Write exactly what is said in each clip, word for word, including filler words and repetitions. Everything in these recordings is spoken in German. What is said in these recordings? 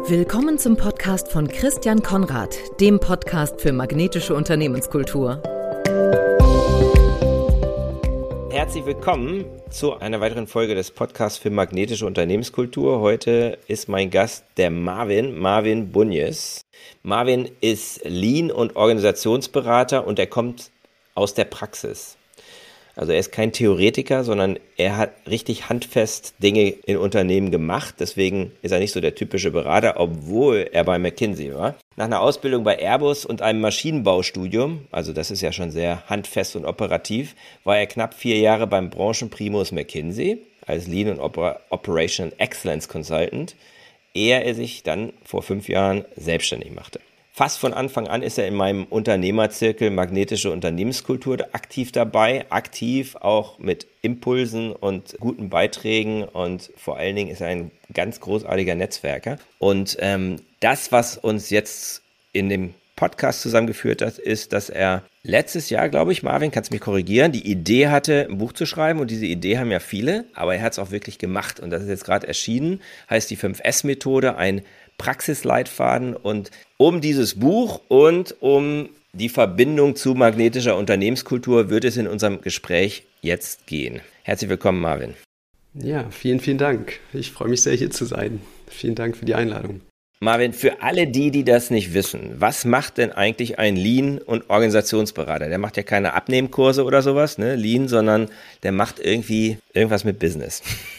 Willkommen zum Podcast von Christian Konrad, dem Podcast für magnetische Unternehmenskultur. Herzlich willkommen zu einer weiteren Folge des Podcasts für magnetische Unternehmenskultur. Heute ist mein Gast der Marvin, Marvin Bunjes. Marvin ist Lean- und Organisationsberater und er kommt aus der Praxis. Also er ist kein Theoretiker, sondern er hat richtig handfest Dinge in Unternehmen gemacht. Deswegen ist er nicht so der typische Berater, obwohl er bei McKinsey war. Nach einer Ausbildung bei Airbus und einem Maschinenbaustudium, also das ist ja schon sehr handfest und operativ, war er knapp vier Jahre beim Branchenprimus McKinsey als Lean und Oper- Operational Excellence Consultant, ehe er sich dann vor fünf Jahren selbstständig machte. Fast von Anfang an ist er in meinem Unternehmerzirkel Magnetische Unternehmenskultur aktiv dabei, aktiv auch mit Impulsen und guten Beiträgen und vor allen Dingen ist er ein ganz großartiger Netzwerker. Und ähm, das, was uns jetzt in dem Podcast zusammengeführt hat, ist, dass er letztes Jahr, glaube ich, Marvin, kannst du mich korrigieren, die Idee hatte, ein Buch zu schreiben und diese Idee haben ja viele, aber er hat es auch wirklich gemacht und das ist jetzt gerade erschienen, heißt die fünf S Methode, ein Praxisleitfaden und um dieses Buch und um die Verbindung zu magnetischer Unternehmenskultur wird es in unserem Gespräch jetzt gehen. Herzlich willkommen, Marvin. Ja, vielen, vielen Dank. Ich freue mich sehr, hier zu sein. Vielen Dank für die Einladung. Marvin, für alle die, die das nicht wissen, was macht denn eigentlich ein Lean- und Organisationsberater? Der macht ja keine Abnehmkurse oder sowas, ne, Lean, sondern der macht irgendwie irgendwas mit Business.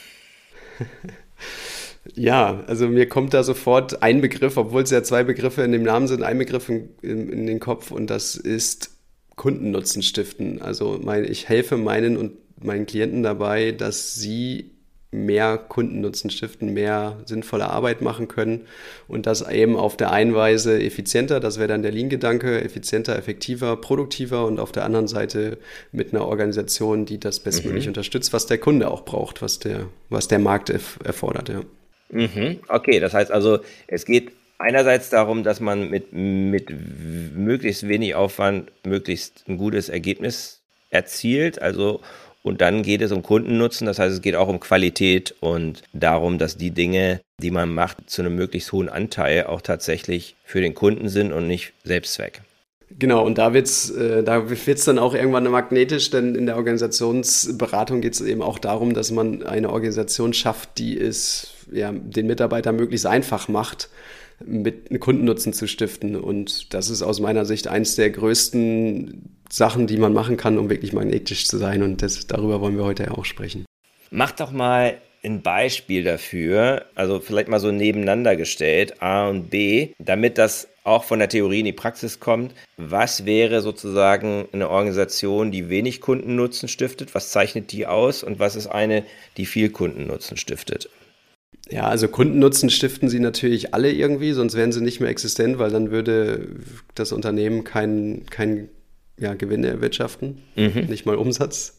Ja, also mir kommt da sofort ein Begriff, obwohl es ja zwei Begriffe in dem Namen sind, ein Begriff in, in, in den Kopf und das ist Kundennutzen stiften. Also mein, ich helfe meinen und meinen Klienten dabei, dass sie mehr Kundennutzen stiften, mehr sinnvolle Arbeit machen können und das eben auf der einen Weise effizienter, das wäre dann der Lean-Gedanke, effizienter, effektiver, produktiver und auf der anderen Seite mit einer Organisation, die das bestmöglich mhm. unterstützt, was der Kunde auch braucht, was der, was der Markt erf- erfordert, ja. Mhm. Okay, das heißt also, es geht einerseits darum, dass man mit, mit möglichst wenig Aufwand möglichst ein gutes Ergebnis erzielt, also und dann geht es um Kundennutzen, das heißt, es geht auch um Qualität und darum, dass die Dinge, die man macht, zu einem möglichst hohen Anteil auch tatsächlich für den Kunden sind und nicht Selbstzweck. Genau, und da wird's, äh, da wird's dann auch irgendwann magnetisch, denn in der Organisationsberatung geht es eben auch darum, dass man eine Organisation schafft, die es ja, den Mitarbeitern möglichst einfach macht, mit einem Kundennutzen zu stiften. Und das ist aus meiner Sicht eins der größten Sachen, die man machen kann, um wirklich magnetisch zu sein. Und das, darüber wollen wir heute ja auch sprechen. Mach doch mal ein Beispiel dafür, also vielleicht mal so nebeneinander gestellt, A und B, damit das auch von der Theorie in die Praxis kommt. Was wäre sozusagen eine Organisation, die wenig Kundennutzen stiftet? Was zeichnet die aus? Und was ist eine, die viel Kundennutzen stiftet? Ja, also Kundennutzen stiften sie natürlich alle irgendwie, sonst wären sie nicht mehr existent, weil dann würde das Unternehmen keinen kein, ja, Gewinn erwirtschaften, mhm. nicht mal Umsatz.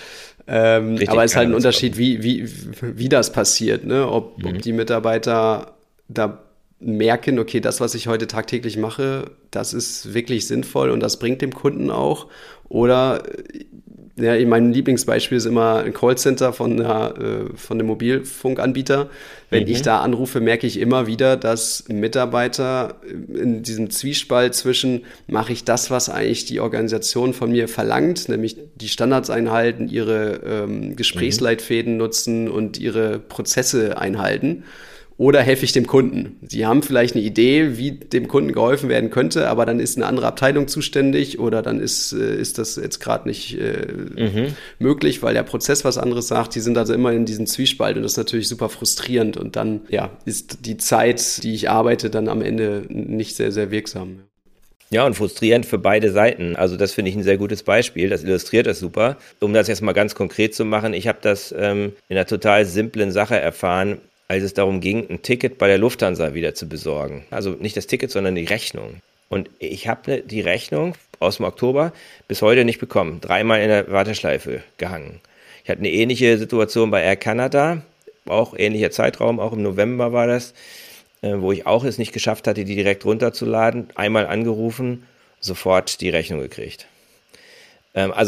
Ähm, aber es ist halt ein Unterschied, wie, wie, wie das passiert, ne? Ob, mhm. ob die Mitarbeiter da merken, okay, das, was ich heute tagtäglich mache, das ist wirklich sinnvoll und das bringt dem Kunden auch. Oder, ja, mein Lieblingsbeispiel ist immer ein Callcenter von, einer, äh, von einem Mobilfunkanbieter. Wenn mhm. ich da anrufe, merke ich immer wieder, dass Mitarbeiter in diesem Zwiespalt zwischen, mache ich das, was eigentlich die Organisation von mir verlangt, nämlich die Standards einhalten, ihre ähm, Gesprächsleitfäden mhm. nutzen und ihre Prozesse einhalten, oder helfe ich dem Kunden? Sie haben vielleicht eine Idee, wie dem Kunden geholfen werden könnte, aber dann ist eine andere Abteilung zuständig oder dann ist, ist das jetzt gerade nicht äh, mhm. möglich, weil der Prozess was anderes sagt. Die sind also immer in diesem Zwiespalt und das ist natürlich super frustrierend und dann ja, ist die Zeit, die ich arbeite, dann am Ende nicht sehr, sehr wirksam. Ja, und frustrierend für beide Seiten. Also das finde ich ein sehr gutes Beispiel. Das illustriert das super. Um das jetzt mal ganz konkret zu machen, ich habe das ähm, in einer total simplen Sache erfahren, als es darum ging, ein Ticket bei der Lufthansa wieder zu besorgen. Also nicht das Ticket, sondern die Rechnung. Und ich habe die Rechnung aus dem Oktober bis heute nicht bekommen. Dreimal in der Warteschleife gehangen. Ich hatte eine ähnliche Situation bei Air Canada, auch ähnlicher Zeitraum, auch im November war das, wo ich auch es nicht geschafft hatte, die direkt runterzuladen. Einmal angerufen, sofort die Rechnung gekriegt. Also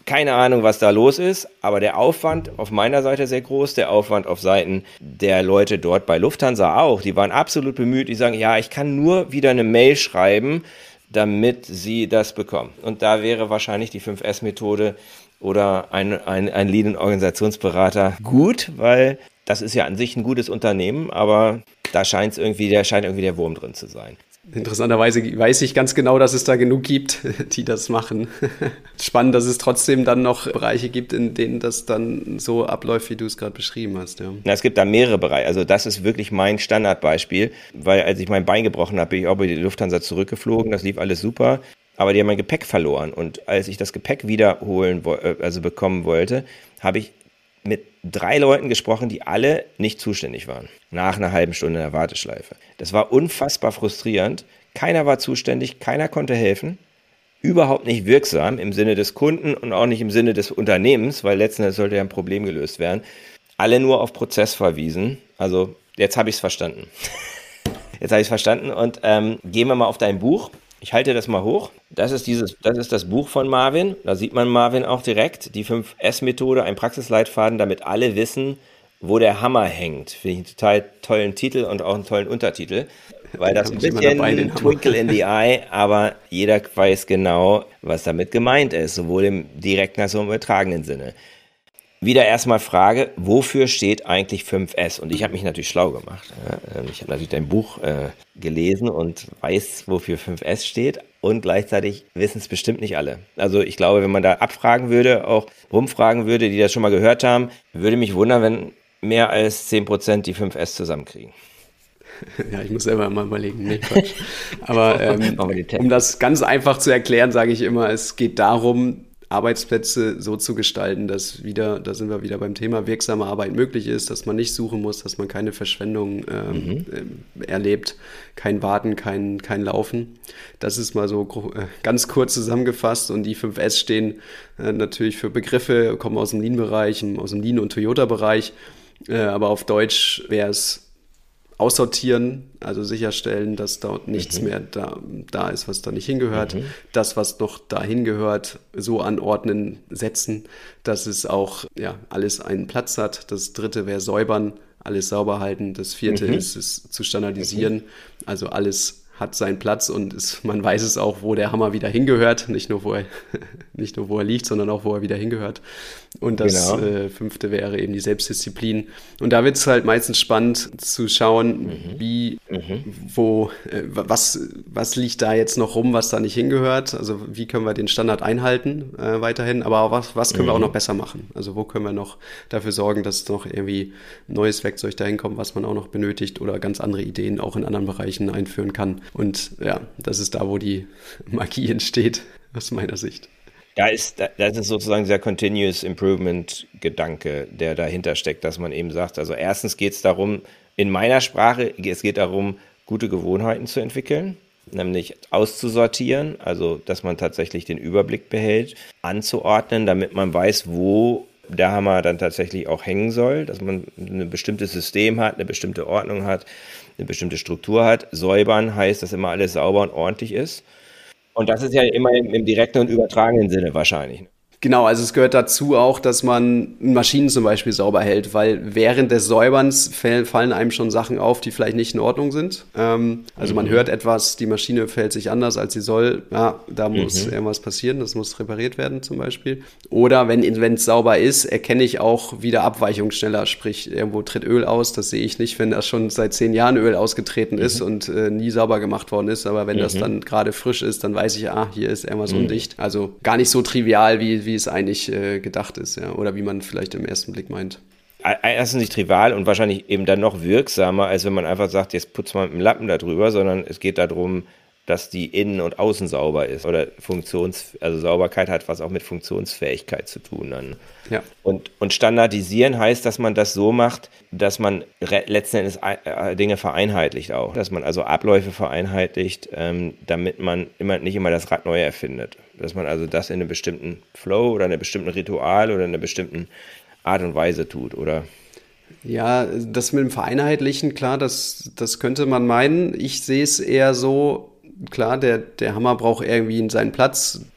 keine Ahnung, was da los ist, aber der Aufwand auf meiner Seite sehr groß, der Aufwand auf Seiten der Leute dort bei Lufthansa auch. Die waren absolut bemüht, die sagen, ja, ich kann nur wieder eine Mail schreiben, damit sie das bekommen. Und da wäre wahrscheinlich die fünf S Methode oder ein, ein, ein Lead- und Organisationsberater gut, weil das ist ja an sich ein gutes Unternehmen, aber da scheint es irgendwie, da scheint irgendwie der Wurm drin zu sein. Interessanterweise weiß ich ganz genau, dass es da genug gibt, die das machen. Spannend, dass es trotzdem dann noch Bereiche gibt, in denen das dann so abläuft, wie du es gerade beschrieben hast. Ja. Na, es gibt da mehrere Bereiche. Also das ist wirklich mein Standardbeispiel, weil als ich mein Bein gebrochen habe, bin ich auch bei der Lufthansa zurückgeflogen. Das lief alles super, aber die haben mein Gepäck verloren. Und als ich das Gepäck wiederholen, also bekommen wollte, habe ich mit drei Leuten gesprochen, die alle nicht zuständig waren. Nach einer halben Stunde in der Warteschleife. Das war unfassbar frustrierend. Keiner war zuständig, keiner konnte helfen. Überhaupt nicht wirksam im Sinne des Kunden und auch nicht im Sinne des Unternehmens, weil letzten Endes sollte ja ein Problem gelöst werden. Alle nur auf Prozess verwiesen. Also jetzt habe ich es verstanden. Jetzt habe ich es verstanden und ähm, gehen wir mal auf dein Buch. Ich halte das mal hoch. Das ist dieses, das ist das Buch von Marvin. Da sieht man Marvin auch direkt. Die fünf S Methode, ein Praxisleitfaden, damit alle wissen, wo der Hammer hängt. Finde ich einen total tollen Titel und auch einen tollen Untertitel. Weil das ein bisschen ein Twinkle in the Eye, aber jeder weiß genau, was damit gemeint ist, sowohl im direkten als auch im übertragenen Sinne. Wieder erstmal Frage, wofür steht eigentlich fünf S? Und ich habe mich natürlich schlau gemacht. Ich habe natürlich dein Buch äh, gelesen und weiß, wofür fünf S steht. Und gleichzeitig wissen es bestimmt nicht alle. Also ich glaube, wenn man da abfragen würde, auch rumfragen würde, die das schon mal gehört haben, würde mich wundern, wenn mehr als zehn Prozent die fünf S zusammenkriegen. Ja, ich muss selber mal überlegen. Nee, Quatsch. Aber ähm, um das ganz einfach zu erklären, sage ich immer, es geht darum, Arbeitsplätze so zu gestalten, dass wieder, da sind wir wieder beim Thema, wirksame Arbeit möglich ist, dass man nicht suchen muss, dass man keine Verschwendung ähm, mhm. äh, erlebt, kein Warten, kein, kein Laufen. Das ist mal so äh, ganz kurz zusammengefasst und die fünf S stehen äh, natürlich für Begriffe, kommen aus dem Lean-Bereich, aus dem Lean- und Toyota-Bereich, äh, aber auf Deutsch wäre es aussortieren, also sicherstellen, dass dort nichts mhm. mehr da, da ist, was da nicht hingehört. Mhm. Das, was noch dahin gehört, so anordnen, setzen, dass es auch ja, alles einen Platz hat. Das dritte wäre säubern, alles sauber halten. Das vierte mhm. ist es zu standardisieren, mhm. also alles hat seinen Platz und es, man weiß es auch, wo der Hammer wieder hingehört. Nicht nur, wo er, nicht nur, wo er liegt, sondern auch, wo er wieder hingehört. Und das genau. äh, fünfte wäre eben die Selbstdisziplin. Und da wird es halt meistens spannend zu schauen, mhm. wie, mhm. wo, äh, was, was liegt da jetzt noch rum, was da nicht hingehört. Also wie können wir den Standard einhalten äh, weiterhin, aber auch was, was können mhm. wir auch noch besser machen. Also wo können wir noch dafür sorgen, dass noch irgendwie neues Werkzeug dahin kommt, was man auch noch benötigt oder ganz andere Ideen auch in anderen Bereichen einführen kann. Und ja, das ist da, wo die Magie entsteht, aus meiner Sicht. Da ist, das ist sozusagen dieser Continuous Improvement Gedanke, der dahinter steckt, dass man eben sagt, also erstens geht es darum, in meiner Sprache, es geht darum, gute Gewohnheiten zu entwickeln, nämlich auszusortieren, also dass man tatsächlich den Überblick behält, anzuordnen, damit man weiß, wo der Hammer dann tatsächlich auch hängen soll, dass man ein bestimmtes System hat, eine bestimmte Ordnung hat, eine bestimmte Struktur hat. Säubern heißt, dass immer alles sauber und ordentlich ist. Und das ist ja immer im, im direkten und übertragenen Sinne wahrscheinlich. Genau, also es gehört dazu auch, dass man Maschinen zum Beispiel sauber hält, weil während des Säuberns fallen einem schon Sachen auf, die vielleicht nicht in Ordnung sind. Ähm, also mhm. man hört etwas, die Maschine verhält sich anders, als sie soll. Ja, da muss mhm. irgendwas passieren, das muss repariert werden zum Beispiel. Oder wenn wenn es sauber ist, erkenne ich auch wieder Abweichungen schneller, sprich irgendwo tritt Öl aus, das sehe ich nicht, wenn das schon seit zehn Jahren Öl ausgetreten mhm. ist und äh, nie sauber gemacht worden ist. Aber wenn mhm. das dann gerade frisch ist, dann weiß ich, ah, hier ist irgendwas mhm. undicht. Also gar nicht so trivial, wie wie es eigentlich äh, gedacht ist, ja, oder wie man vielleicht im ersten Blick meint. Erstens nicht trivial und wahrscheinlich eben dann noch wirksamer, als wenn man einfach sagt, jetzt putzt man mit dem Lappen da drüber, sondern es geht darum, dass die Innen- und Außen sauber ist oder Funktions, also Sauberkeit hat was auch mit Funktionsfähigkeit zu tun dann. Ja. Und, und standardisieren heißt, dass man das so macht, dass man re- letzten Endes äh, Dinge vereinheitlicht auch, dass man also Abläufe vereinheitlicht, ähm, damit man immer nicht immer das Rad neu erfindet, dass man also das in einem bestimmten Flow oder einem bestimmten Ritual oder in einer bestimmten Art und Weise tut, oder? Ja, das mit dem Vereinheitlichen, klar, das, das könnte man meinen. Ich sehe es eher so, klar, der, der Hammer braucht irgendwie seinen Platz.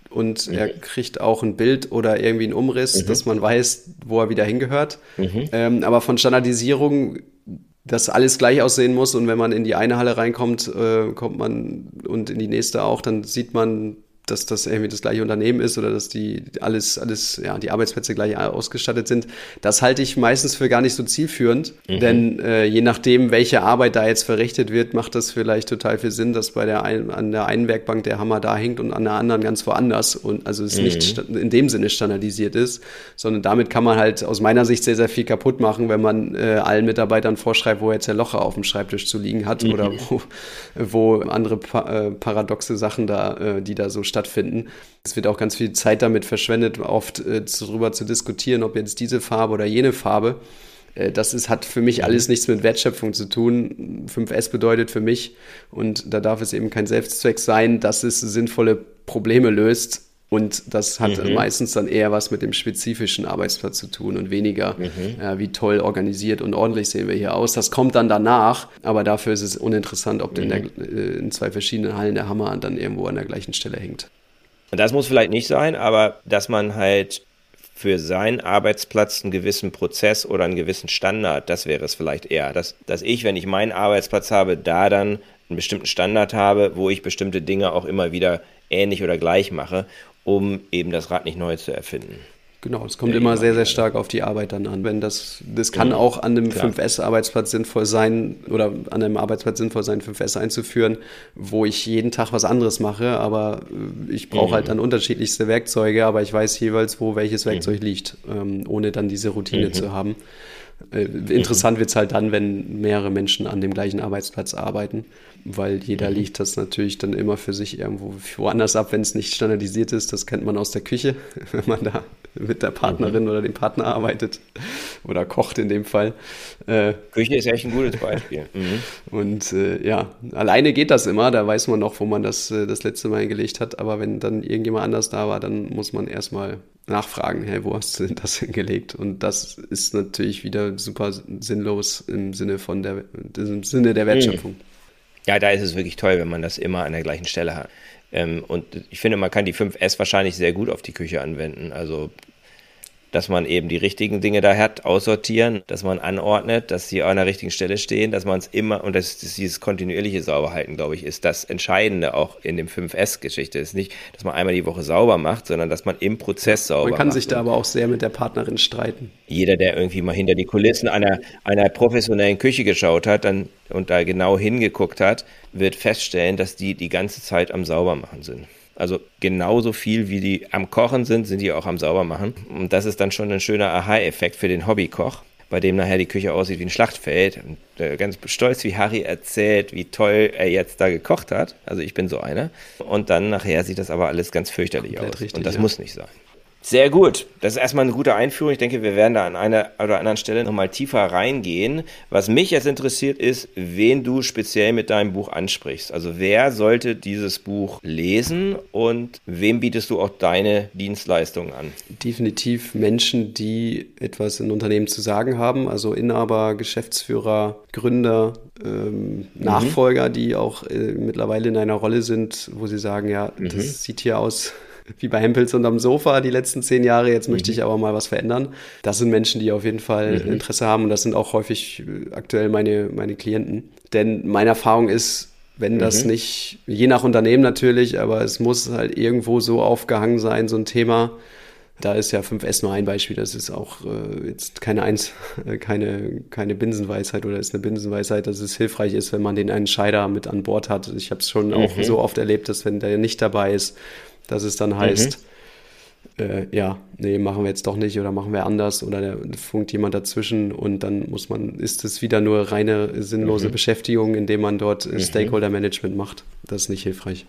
und Mhm. er kriegt auch ein Bild oder irgendwie einen Umriss, Mhm. dass man weiß, wo er wieder hingehört. Mhm. Ähm, aber von Standardisierung, dass alles gleich aussehen muss und wenn man in die eine Halle reinkommt, äh, kommt man und in die nächste auch, dann sieht man, dass das irgendwie das gleiche Unternehmen ist oder dass die alles, alles, ja, die Arbeitsplätze gleich ausgestattet sind. Das halte ich meistens für gar nicht so zielführend, Mhm. denn äh, je nachdem, welche Arbeit da jetzt verrichtet wird, macht das vielleicht total viel Sinn, dass bei der ein, an der einen Werkbank der Hammer da hängt und an der anderen ganz woanders und also es Mhm. nicht sta- in dem Sinne standardisiert ist, sondern damit kann man halt aus meiner Sicht sehr, sehr viel kaputt machen, wenn man äh, allen Mitarbeitern vorschreibt, wo jetzt der Locher auf dem Schreibtisch zu liegen hat Mhm. oder wo, wo andere pa äh, paradoxe Sachen da, äh, die da so stattfinden. Es wird auch ganz viel Zeit damit verschwendet, oft äh, darüber zu diskutieren, ob jetzt diese Farbe oder jene Farbe. Äh, das ist, hat für mich alles nichts mit Wertschöpfung zu tun. fünf S bedeutet für mich, und da darf es eben kein Selbstzweck sein, dass es sinnvolle Probleme löst. Und das hat Mhm. meistens dann eher was mit dem spezifischen Arbeitsplatz zu tun und weniger, Mhm. äh, wie toll organisiert und ordentlich sehen wir hier aus. Das kommt dann danach, aber dafür ist es uninteressant, ob in, der, äh, in zwei verschiedenen Hallen der Hammer dann irgendwo an der gleichen Stelle hängt. Und das muss vielleicht nicht sein, aber dass man halt für seinen Arbeitsplatz einen gewissen Prozess oder einen gewissen Standard, das wäre es vielleicht eher. Dass, dass ich, wenn ich meinen Arbeitsplatz habe, da dann einen bestimmten Standard habe, wo ich bestimmte Dinge auch immer wieder ähnlich oder gleich mache, um eben das Rad nicht neu zu erfinden. Genau, es kommt Ja, immer immer sehr, sehr wieder. stark auf die Arbeit dann an. Wenn das, das kann Mhm. auch an einem Klar. fünf S-Arbeitsplatz sinnvoll sein oder an einem Arbeitsplatz sinnvoll sein, fünf S einzuführen, wo ich jeden Tag was anderes mache, aber äh, ich brauche Mhm. halt dann unterschiedlichste Werkzeuge, aber ich weiß jeweils, wo welches Werkzeug liegt, ähm, ohne dann diese Routine Mhm. zu haben. Äh, interessant wird es halt dann, wenn mehrere Menschen an dem gleichen Arbeitsplatz arbeiten, weil jeder Mhm. liegt das natürlich dann immer für sich irgendwo woanders ab, wenn es nicht standardisiert ist. Das kennt man aus der Küche, wenn man da mit der Partnerin oder dem Partner arbeitet oder kocht in dem Fall. Äh, Küche ist echt ein gutes Beispiel. Mhm. und äh, ja, alleine geht das immer, da weiß man noch, wo man das äh, das letzte Mal hingelegt hat, aber wenn dann irgendjemand anders da war, dann muss man erstmal nachfragen, hey, wo hast du denn das hingelegt? Und das ist natürlich wieder super sinnlos im Sinne von der, im Sinne der Wertschöpfung. Ja, da ist es wirklich toll, wenn man das immer an der gleichen Stelle hat. Ähm, und ich finde, man kann die fünf S wahrscheinlich sehr gut auf die Küche anwenden. Also, dass man eben die richtigen Dinge da hat, aussortieren, dass man anordnet, dass sie an der richtigen Stelle stehen, dass man es immer, und das, das dieses kontinuierliche Sauberhalten, glaube ich, ist das Entscheidende auch in dem fünf S-Geschichte. Es ist nicht, dass man einmal die Woche sauber macht, sondern dass man im Prozess sauber macht. Man kann sich da aber auch sehr mit der Partnerin streiten. Jeder, der irgendwie mal hinter die Kulissen einer, einer professionellen Küche geschaut hat dann, und da genau hingeguckt hat, wird feststellen, dass die die ganze Zeit am Saubermachen sind. Also genauso viel, wie die am Kochen sind, sind die auch am Saubermachen. Und das ist dann schon ein schöner Aha-Effekt für den Hobbykoch, bei dem nachher die Küche aussieht wie ein Schlachtfeld. Und äh, ganz stolz, wie Harry erzählt, wie toll er jetzt da gekocht hat. Also ich bin so einer. Und dann nachher sieht das aber alles ganz fürchterlich Komplett aus. richtig, Und das ja. muss nicht sein. Sehr gut. Das ist erstmal eine gute Einführung. Ich denke, wir werden da an einer oder anderen Stelle nochmal tiefer reingehen. Was mich jetzt interessiert ist, wen du speziell mit deinem Buch ansprichst. Also wer sollte dieses Buch lesen und wem bietest du auch deine Dienstleistungen an? Definitiv Menschen, die etwas in Unternehmen zu sagen haben, also Inhaber, Geschäftsführer, Gründer, ähm, Nachfolger, die auch äh, mittlerweile in einer Rolle sind, wo sie sagen, ja, Mhm. das sieht hier aus wie bei Hempels unterm Sofa die letzten zehn Jahre, jetzt möchte ich aber mal was verändern. Das sind Menschen, die auf jeden Fall Mhm. Interesse haben, und das sind auch häufig äh, aktuell meine, meine Klienten. Denn meine Erfahrung ist, wenn das Mhm. nicht, je nach Unternehmen natürlich, aber es muss halt irgendwo so aufgehangen sein, so ein Thema. Da ist ja fünf S nur ein Beispiel, das ist auch äh, jetzt keine, Eins, äh, keine, keine Binsenweisheit oder ist eine Binsenweisheit, dass es hilfreich ist, wenn man den Entscheider mit an Bord hat. Ich habe es schon auch Mhm. so oft erlebt, dass wenn der nicht dabei ist, dass es dann heißt, äh, ja, nee, machen wir jetzt doch nicht oder machen wir anders oder da funkt jemand dazwischen und dann muss man, ist es wieder nur reine sinnlose Mhm. Beschäftigung, indem man dort äh, Stakeholder-Management macht. Das ist nicht hilfreich.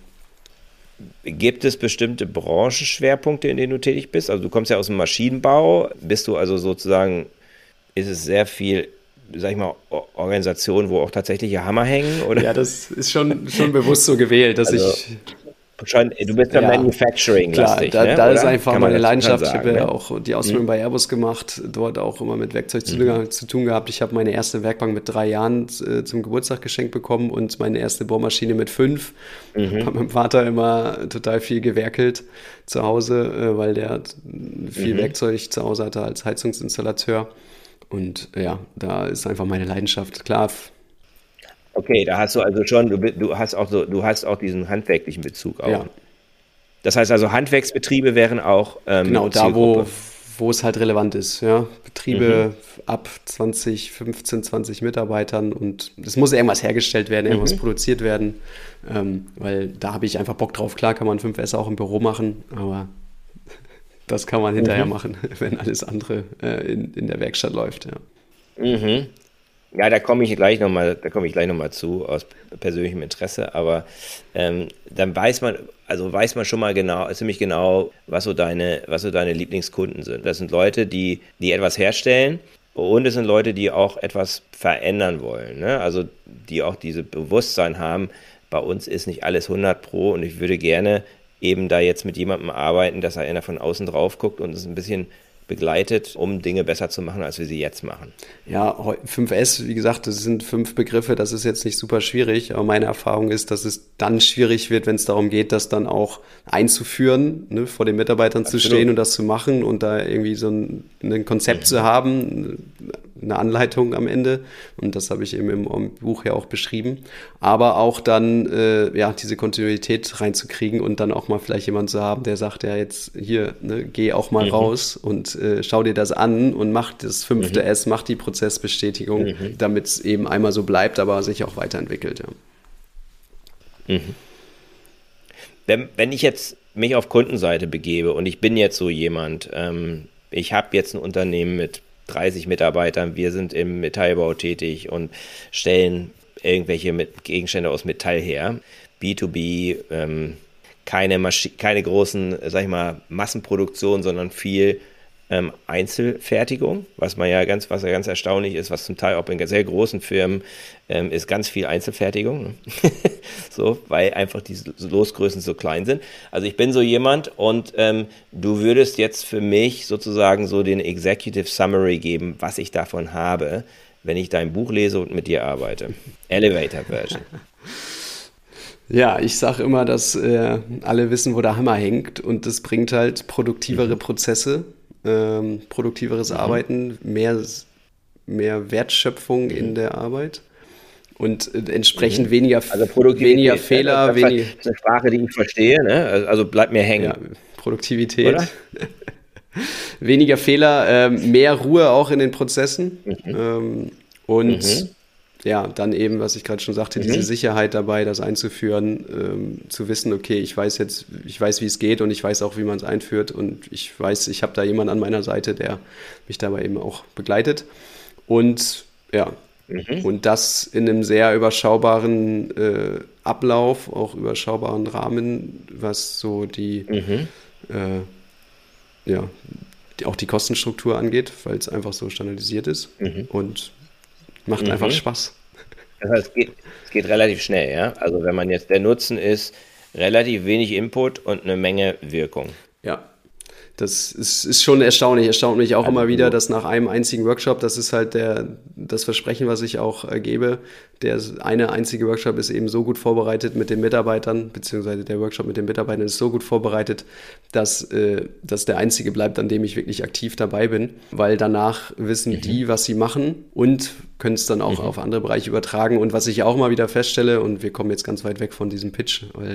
Gibt es bestimmte Branchenschwerpunkte, in denen du tätig bist? Also du kommst ja aus dem Maschinenbau. Bist du also sozusagen, ist es sehr viel, sag ich mal, O- Organisationen, wo auch tatsächliche Hammer hängen? Oder? Ja, das ist schon, schon bewusst so gewählt, dass Also- ich schon, du bist ja Manufacturing lastig, klar, da, ne? da Oder? ist einfach Kann man meine das Leidenschaft. sagen, ich habe ja ne? auch die Ausbildung mhm. bei Airbus gemacht, dort auch immer mit Werkzeug zu, mhm. zu tun gehabt. Ich habe meine erste Werkbank mit drei Jahren äh, zum Geburtstag geschenkt bekommen und meine erste Bohrmaschine mit fünf. Mhm. Ich habe meinem Vater immer total viel gewerkelt zu Hause, äh, weil der viel mhm. Werkzeug zu Hause hatte als Heizungsinstallateur. Und ja, da ist einfach meine Leidenschaft, klar. Okay, da hast du also schon, du, du hast auch so, du hast auch diesen handwerklichen Bezug auch. Ja. Das heißt also, Handwerksbetriebe wären auch ähm, genau, da wo, wo es halt relevant ist, ja. Betriebe mhm. ab zwanzig, fünfzehn, zwanzig Mitarbeitern und es muss irgendwas hergestellt werden, irgendwas mhm. produziert werden, ähm, weil da habe ich einfach Bock drauf. Klar kann man fünf S auch im Büro machen, aber das kann man hinterher mhm. machen, wenn alles andere äh, in, in der Werkstatt läuft, ja. Mhm. Ja, da komme ich gleich nochmal, da komme ich gleich nochmal zu, aus persönlichem Interesse, aber ähm, dann weiß man, also weiß man schon mal genau, ziemlich genau, was so deine, was so deine Lieblingskunden sind. Das sind Leute, die, die etwas herstellen und es sind Leute, die auch etwas verändern wollen, ne? Also die auch diese Bewusstsein haben, bei uns ist nicht alles hundert Pro und ich würde gerne eben da jetzt mit jemandem arbeiten, dass er einer von außen drauf guckt und es ein bisschen begleitet, um Dinge besser zu machen, als wir sie jetzt machen. Ja, fünf S, wie gesagt, das sind fünf Begriffe, das ist jetzt nicht super schwierig, aber meine Erfahrung ist, dass es dann schwierig wird, wenn es darum geht, das dann auch einzuführen, ne, vor den Mitarbeitern Absolut. zu stehen und das zu machen und da irgendwie so ein, ein Konzept mhm. zu haben, eine Anleitung am Ende, und das habe ich eben im, im Buch ja auch beschrieben, aber auch dann äh, ja diese Kontinuität reinzukriegen und dann auch mal vielleicht jemand zu haben, der sagt, ja jetzt hier, ne, geh auch mal mhm. raus und äh, schau dir das an und mach das fünfte mhm. S, mach die Prozessbestätigung, mhm. damit es eben einmal so bleibt, aber sich auch weiterentwickelt. Ja. Mhm. Wenn, wenn ich jetzt mich auf Kundenseite begebe und ich bin jetzt so jemand, ähm, ich habe jetzt ein Unternehmen mit dreißig Mitarbeitern, wir sind im Metallbau tätig und stellen irgendwelche mit Gegenstände aus Metall her, B to B, ähm, keine, Maschi- keine großen, sag ich mal, Massenproduktion, sondern viel ähm, Einzelfertigung, was man ja ganz, was ja ganz erstaunlich ist, was zum Teil auch in sehr großen Firmen ähm, ist, ganz viel Einzelfertigung, ne? So, weil einfach die Losgrößen so klein sind. Also ich bin so jemand und ähm, du würdest jetzt für mich sozusagen so den Executive Summary geben, was ich davon habe, wenn ich dein Buch lese und mit dir arbeite. Elevator Version. Ja, ich sage immer, dass äh, alle wissen, wo der Hammer hängt, und das bringt halt produktivere mhm. Prozesse, ähm, produktiveres mhm. Arbeiten, mehr, mehr Wertschöpfung mhm. in der Arbeit und äh, entsprechend mhm. weniger, also weniger Fehler. Das weniger, ist eine Sprache, die ich verstehe, ne? Also bleibt mir hängen. Ja, Produktivität. Weniger Fehler, äh, mehr Ruhe auch in den Prozessen mhm. ähm, und mhm. ja, dann eben, was ich gerade schon sagte, mhm. diese Sicherheit dabei, das einzuführen, ähm, zu wissen, okay, ich weiß jetzt, ich weiß, wie es geht, und ich weiß auch, wie man es einführt, und ich weiß, ich habe da jemanden an meiner Seite, der mich dabei eben auch begleitet, und ja, mhm. und das in einem sehr überschaubaren äh, Ablauf, auch überschaubaren Rahmen, was so die mhm. äh, ja, die, auch die Kostenstruktur angeht, weil es einfach so standardisiert ist mhm. und macht mhm. einfach Spaß. Das heißt, es geht, es geht relativ schnell, ja? Also wenn man jetzt, der Nutzen ist relativ wenig Input und eine Menge Wirkung. Ja, das ist, ist schon erstaunlich. Erstaunt mich auch also immer wieder, dass nach einem einzigen Workshop, das ist halt der, das Versprechen, was ich auch äh, gebe, der eine einzige Workshop ist eben so gut vorbereitet mit den Mitarbeitern, beziehungsweise der Workshop mit den Mitarbeitern ist so gut vorbereitet, dass äh, das der einzige bleibt, an dem ich wirklich aktiv dabei bin, weil danach wissen mhm. die, was sie machen, und können es dann auch mhm. auf andere Bereiche übertragen. Und was ich auch mal wieder feststelle, und wir kommen jetzt ganz weit weg von diesem Pitch, weil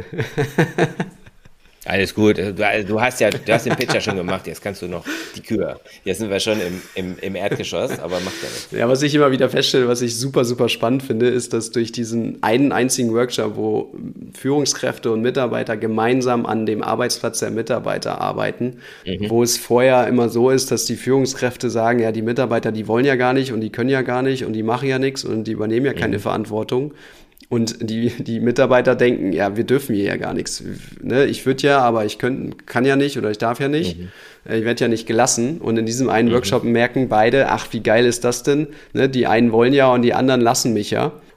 alles gut. Du, du hast ja, du hast den Pitch ja schon gemacht, jetzt kannst du noch die Kür. Jetzt sind wir schon im, im, im Erdgeschoss, aber macht ja nichts. Ja, was ich immer wieder feststelle, was ich super, super spannend finde, ist, dass durch diesen einen einzigen Workshop, wo Führungskräfte und Mitarbeiter gemeinsam an dem Arbeitsplatz der Mitarbeiter arbeiten, mhm. wo es vorher immer so ist, dass die Führungskräfte sagen, ja, die Mitarbeiter, die wollen ja gar nicht und die können ja gar nicht und die machen ja nichts und die übernehmen ja keine mhm. Verantwortung. Und die, die Mitarbeiter denken, ja, wir dürfen hier ja gar nichts. Ne? Ich würde ja, aber ich könnt, kann ja nicht oder ich darf ja nicht. Mhm. Ich werde ja nicht gelassen. Und in diesem einen mhm. Workshop merken beide, ach, wie geil ist das denn? Ne? Die einen wollen ja und die anderen lassen mich ja.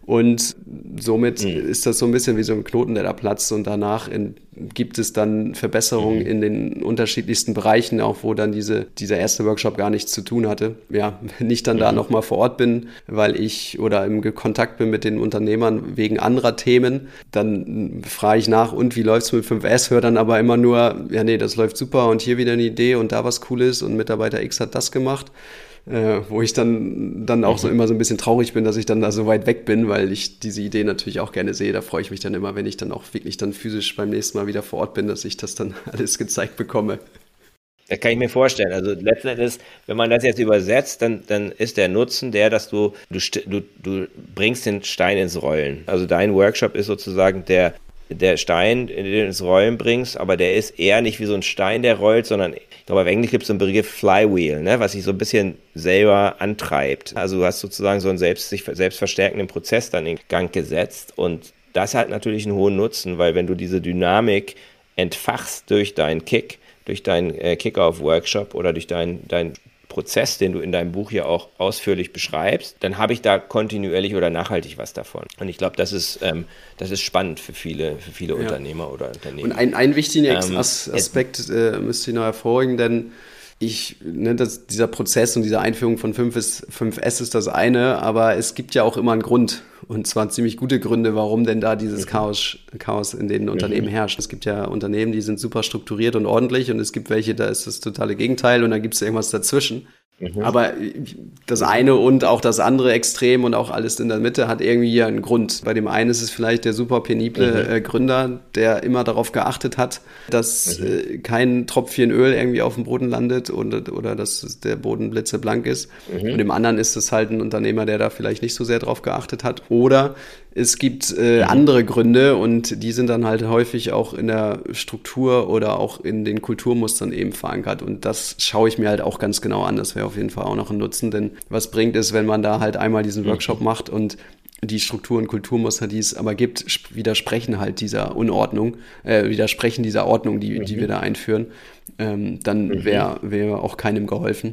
Und somit Mhm. ist das so ein bisschen wie so ein Knoten, der da platzt und danach in, gibt es dann Verbesserungen Mhm. in den unterschiedlichsten Bereichen, auch wo dann diese, dieser erste Workshop gar nichts zu tun hatte. Ja, wenn ich dann Mhm. da nochmal vor Ort bin, weil ich oder im Kontakt bin mit den Unternehmern wegen anderer Themen, dann frage ich nach, und wie läuft's mit fünf S, höre dann aber immer nur, ja nee, das läuft super und hier wieder eine Idee und da was Cooles und Mitarbeiter X hat das gemacht. Äh, wo ich dann, dann auch so immer so ein bisschen traurig bin, dass ich dann da so weit weg bin, weil ich diese Idee natürlich auch gerne sehe. Da freue ich mich dann immer, wenn ich dann auch wirklich dann physisch beim nächsten Mal wieder vor Ort bin, dass ich das dann alles gezeigt bekomme. Das kann ich mir vorstellen. Also letzten Endes, wenn man das jetzt übersetzt, dann, dann ist der Nutzen der, dass du, du, du, du bringst den Stein ins Rollen. Also dein Workshop ist sozusagen der, der Stein, den du ins Rollen bringst, aber der ist eher nicht wie so ein Stein, der rollt, sondern ich glaube, auf Englisch gibt es so einen Begriff Flywheel, ne, was sich so ein bisschen selber antreibt. Also du hast sozusagen so einen selbst, sich selbst verstärkenden Prozess dann in Gang gesetzt und das hat natürlich einen hohen Nutzen, weil wenn du diese Dynamik entfachst durch deinen Kick, durch deinen äh, Kick-Off-Workshop oder durch deinen dein Prozess, den du in deinem Buch ja auch ausführlich beschreibst, dann habe ich da kontinuierlich oder nachhaltig was davon. Und ich glaube, das ist, ähm, das ist spannend für viele, für viele ja. Unternehmer oder Unternehmen. Und ein, ein wichtiger ähm, As- Aspekt äh, müsste ich noch hervorheben, denn ich, ne, das, dieser Prozess und diese Einführung von fünf S ist das eine, aber es gibt ja auch immer einen Grund, und zwar ziemlich gute Gründe, warum denn da dieses mhm. Chaos, Chaos in den Unternehmen mhm. herrscht. Es gibt ja Unternehmen, die sind super strukturiert und ordentlich und es gibt welche, da ist das totale Gegenteil und dann gibt es irgendwas dazwischen. Mhm. Aber das eine und auch das andere Extrem und auch alles in der Mitte hat irgendwie einen Grund. Bei dem einen ist es vielleicht der super penible mhm. äh, Gründer, der immer darauf geachtet hat, dass mhm. äh, kein Tropfchen Öl irgendwie auf dem Boden landet und, oder dass der Boden blitzeblank ist. Mhm. Und dem anderen ist es halt ein Unternehmer, der da vielleicht nicht so sehr drauf geachtet hat. Oder es gibt äh, mhm. andere Gründe und die sind dann halt häufig auch in der Struktur oder auch in den Kulturmustern eben verankert. Und das schaue ich mir halt auch ganz genau an. Das wäre auf jeden Fall auch noch ein Nutzen, denn was bringt es, wenn man da halt einmal diesen Workshop macht und die Struktur- und Kulturmuster, die es aber gibt, widersprechen halt dieser Unordnung, äh, widersprechen dieser Ordnung, die, mhm. die wir da einführen, ähm, dann wäre wär auch keinem geholfen.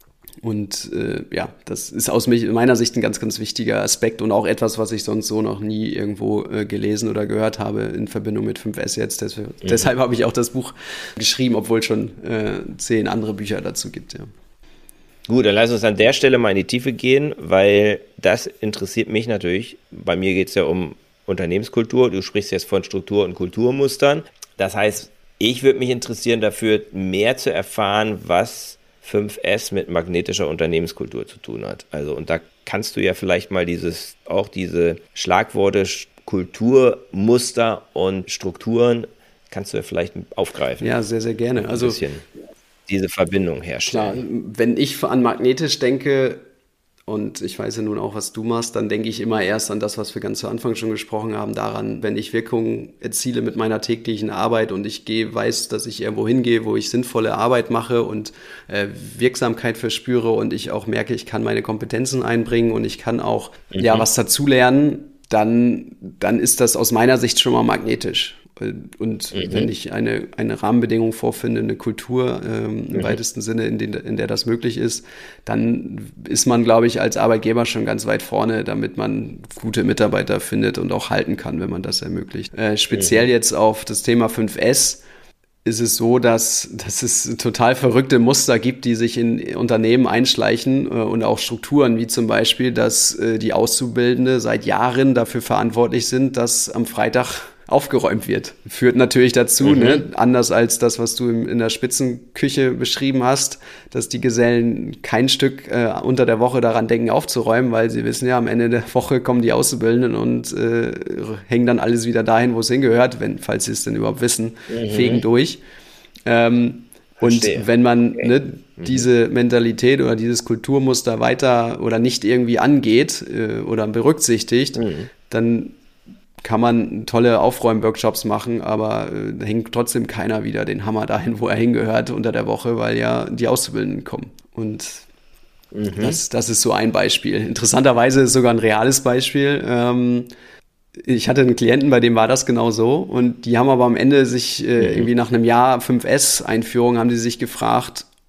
Und äh, ja, das ist aus mich, meiner Sicht ein ganz, ganz wichtiger Aspekt und auch etwas, was ich sonst so noch nie irgendwo äh, gelesen oder gehört habe in Verbindung mit fünf S jetzt. Deswegen, mhm. Deshalb habe ich auch das Buch geschrieben, obwohl es schon äh, zehn andere Bücher dazu gibt, ja. Gut, dann lass uns an der Stelle mal in die Tiefe gehen, weil das interessiert mich natürlich. Bei mir geht es ja um Unternehmenskultur. Du sprichst jetzt von Struktur- und Kulturmustern. Das heißt, ich würde mich interessieren dafür, mehr zu erfahren, was fünf S mit magnetischer Unternehmenskultur zu tun hat. Also, und da kannst du ja vielleicht mal dieses, auch diese Schlagworte Kulturmuster und Strukturen, kannst du ja vielleicht aufgreifen. Ja, sehr, sehr gerne. Also ein bisschen diese Verbindung herstellen. Klar, wenn ich an magnetisch denke, und ich weiß ja nun auch, was du machst, dann denke ich immer erst an das, was wir ganz zu Anfang schon gesprochen haben, daran, wenn ich Wirkung erziele mit meiner täglichen Arbeit und ich gehe, weiß, dass ich irgendwo hingehe, wo ich sinnvolle Arbeit mache und äh, Wirksamkeit verspüre und ich auch merke, ich kann meine Kompetenzen einbringen und ich kann auch mhm. ja was dazulernen, dann, dann ist das aus meiner Sicht schon mal magnetisch. Und mhm. wenn ich eine, eine Rahmenbedingung vorfinde, eine Kultur ähm, im mhm. weitesten Sinne, in, den, in der das möglich ist, dann ist man, glaube ich, als Arbeitgeber schon ganz weit vorne, damit man gute Mitarbeiter findet und auch halten kann, wenn man das ermöglicht. Äh, speziell mhm. jetzt auf das Thema fünf S ist es so, dass, dass es total verrückte Muster gibt, die sich in Unternehmen einschleichen äh, und auch Strukturen, wie zum Beispiel, dass äh, die Auszubildende seit Jahren dafür verantwortlich sind, dass am Freitag aufgeräumt wird. Führt natürlich dazu, mhm. ne, anders als das, was du in der Spitzenküche beschrieben hast, dass die Gesellen kein Stück äh, unter der Woche daran denken, aufzuräumen, weil sie wissen ja, am Ende der Woche kommen die Auszubildenden und äh, hängen dann alles wieder dahin, wo es hingehört, wenn, falls sie es denn überhaupt wissen, mhm. fegen durch. Ähm, und wenn man okay. ne, mhm. diese Mentalität oder dieses Kulturmuster weiter oder nicht irgendwie angeht äh, oder berücksichtigt, mhm. dann kann man tolle Aufräumworkshops machen, aber äh, da hängt trotzdem keiner wieder den Hammer dahin, wo er hingehört unter der Woche, weil ja die Auszubildenden kommen. Und mhm. das, das ist so ein Beispiel. Interessanterweise ist sogar ein reales Beispiel. Ähm, ich hatte einen Klienten, bei dem war das genau so. Und die haben aber am Ende sich äh, mhm. irgendwie nach einem Jahr fünf S-Einführung haben die sich gefragt, ob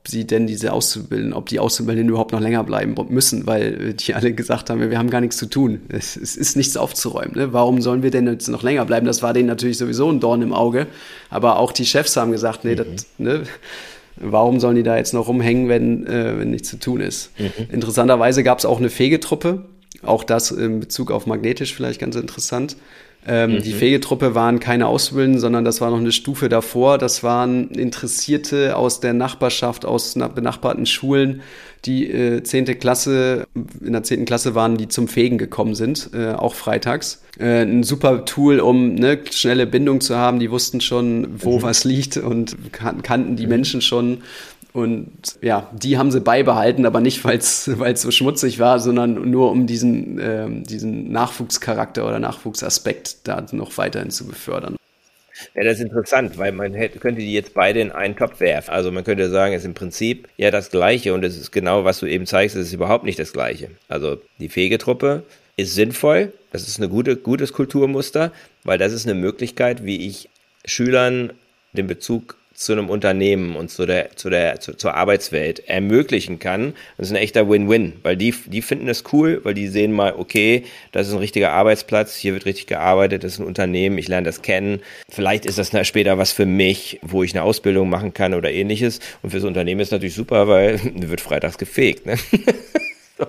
sie denn diese Auszubildenden, ob die Auszubildenden überhaupt noch länger bleiben müssen, weil die alle gesagt haben, wir haben gar nichts zu tun. Es, es ist nichts aufzuräumen. Ne? Warum sollen wir denn jetzt noch länger bleiben? Das war denen natürlich sowieso ein Dorn im Auge. Aber auch die Chefs haben gesagt, nee, mhm. das, ne, warum sollen die da jetzt noch rumhängen, wenn, äh, wenn nichts zu tun ist? Mhm. Interessanterweise gab es auch eine Fegetruppe. Auch das in Bezug auf magnetisch vielleicht ganz interessant. Ähm, mhm. Die Fegetruppe waren keine Auszubildenden, sondern das war noch eine Stufe davor. Das waren Interessierte aus der Nachbarschaft, aus benachbarten Schulen, die äh, zehnte Klasse, in der zehnten Klasse waren, die zum Fegen gekommen sind, äh, auch freitags. Äh, ein super Tool, um eine schnelle Bindung zu haben. Die wussten schon, wo mhm. was liegt und kan- kannten die mhm. Menschen schon. Und ja, die haben sie beibehalten, aber nicht, weil es so schmutzig war, sondern nur um diesen, äh, diesen Nachwuchscharakter oder Nachwuchsaspekt da noch weiterhin zu befördern. Ja, das ist interessant, weil man hätte, könnte die jetzt beide in einen Topf werfen. Also man könnte sagen, es ist im Prinzip ja das Gleiche und es ist genau, was du eben zeigst, es ist überhaupt nicht das Gleiche. Also die Fegetruppe ist sinnvoll, das ist ein gute, gutes Kulturmuster, weil das ist eine Möglichkeit, wie ich Schülern den Bezug zu einem Unternehmen und zu der, zu der, zu, zur Arbeitswelt ermöglichen kann. Das ist ein echter Win-Win, weil die, die finden es cool, weil die sehen mal, okay, das ist ein richtiger Arbeitsplatz, hier wird richtig gearbeitet, das ist ein Unternehmen, ich lerne das kennen. Vielleicht ist das später was für mich, wo ich eine Ausbildung machen kann oder ähnliches. Und fürs Unternehmen ist natürlich super, weil wird freitags gefegt, ne? So.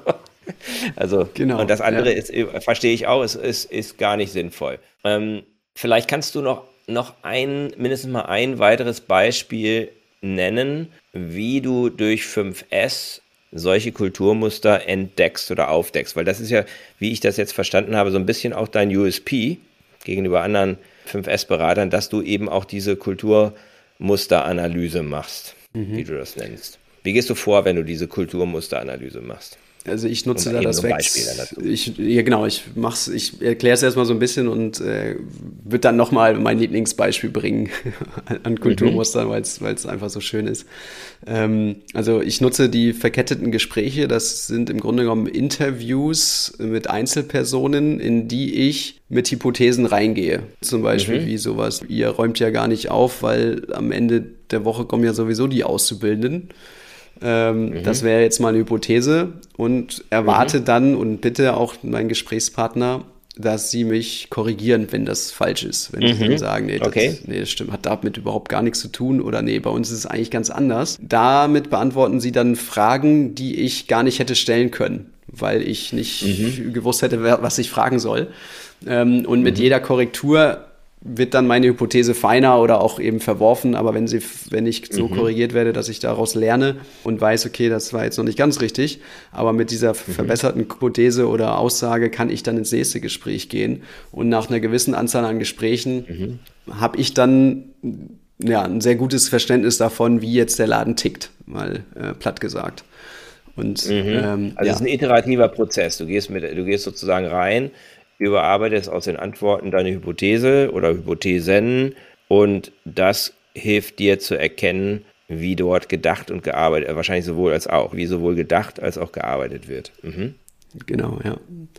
Also, genau, und das andere ja. ist, verstehe ich auch, ist, ist, ist gar nicht sinnvoll. Ähm, vielleicht kannst du noch noch ein, mindestens mal ein weiteres Beispiel nennen, wie du durch fünf S solche Kulturmuster entdeckst oder aufdeckst, weil das ist ja, wie ich das jetzt verstanden habe, so ein bisschen auch dein U S P gegenüber anderen fünf S-Beratern, dass du eben auch diese Kulturmusteranalyse machst, mhm. wie du das nennst. Wie gehst du vor, wenn du diese Kulturmusteranalyse machst? Also ich nutze und da das weg. Ich, ja genau, ich mach's, ich erkläre es erstmal so ein bisschen und äh, würde dann nochmal mein Lieblingsbeispiel bringen an Kulturmustern, mhm. weil es einfach so schön ist. Ähm, also ich nutze die verketteten Gespräche, das sind im Grunde genommen Interviews mit Einzelpersonen, in die ich mit Hypothesen reingehe. Zum Beispiel mhm. wie sowas, ihr räumt ja gar nicht auf, weil am Ende der Woche kommen ja sowieso die Auszubildenden. Ähm, mhm. Das wäre jetzt mal eine Hypothese und erwarte mhm. dann und bitte auch meinen Gesprächspartner, dass sie mich korrigieren, wenn das falsch ist. Wenn mhm. sie dann sagen, nee das, okay. nee, das stimmt, hat damit überhaupt gar nichts zu tun oder nee, bei uns ist es eigentlich ganz anders. Damit beantworten sie dann Fragen, die ich gar nicht hätte stellen können, weil ich nicht mhm. gewusst hätte, was ich fragen soll. Ähm, und mit mhm. jeder Korrektur wird dann meine Hypothese feiner oder auch eben verworfen, aber wenn sie, wenn ich so mhm. korrigiert werde, dass ich daraus lerne und weiß, okay, das war jetzt noch nicht ganz richtig, aber mit dieser mhm. verbesserten Hypothese oder Aussage kann ich dann ins nächste Gespräch gehen und nach einer gewissen Anzahl an Gesprächen mhm. habe ich dann ja ein sehr gutes Verständnis davon, wie jetzt der Laden tickt, mal äh, platt gesagt. Und, mhm. ähm, also ja. es ist ein iterativer Prozess. Du gehst mit, du gehst sozusagen rein, überarbeitest aus den Antworten deine Hypothese oder Hypothesen und das hilft dir zu erkennen, wie dort gedacht und gearbeitet, wahrscheinlich sowohl als auch, wie sowohl gedacht als auch gearbeitet wird. Mhm. Genau, ja.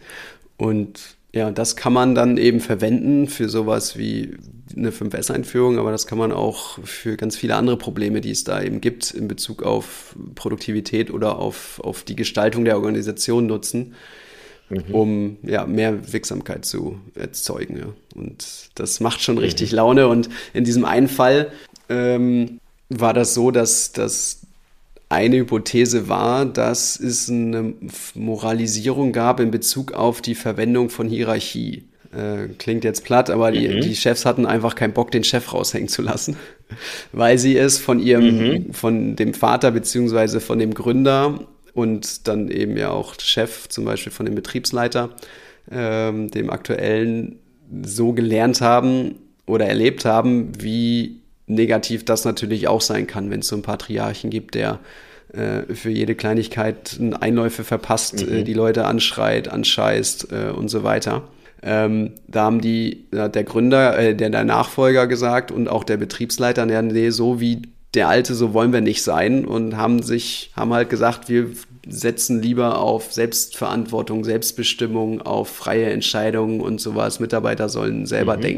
Und ja, das kann man dann eben verwenden für sowas wie eine fünf S-Einführung, aber das kann man auch für ganz viele andere Probleme, die es da eben gibt, in Bezug auf Produktivität oder auf, auf die Gestaltung der Organisation nutzen. Mhm. um ja, mehr Wirksamkeit zu erzeugen. Ja. Und das macht schon richtig mhm. Laune. Und in diesem einen Fall ähm, war das so, dass das eine Hypothese war, dass es eine Moralisierung gab in Bezug auf die Verwendung von Hierarchie. Äh, klingt jetzt platt, aber die, mhm. die Chefs hatten einfach keinen Bock, den Chef raushängen zu lassen, weil sie es von ihrem, mhm. von dem Vater beziehungsweise von dem Gründer und dann eben ja auch Chef, zum Beispiel von dem Betriebsleiter, ähm, dem aktuellen, so gelernt haben oder erlebt haben, wie negativ das natürlich auch sein kann, wenn es so einen Patriarchen gibt, der äh, für jede Kleinigkeit Einläufe verpasst, mhm. äh, die Leute anschreit, anscheißt äh, und so weiter. Ähm, da haben die, äh, der Gründer, äh, der, der Nachfolger gesagt und auch der Betriebsleiter, der, nee, so wie der Alte, so wollen wir nicht sein und haben sich, haben halt gesagt, wir setzen lieber auf Selbstverantwortung, Selbstbestimmung, auf freie Entscheidungen und sowas. Mitarbeiter sollen selber mhm. denken.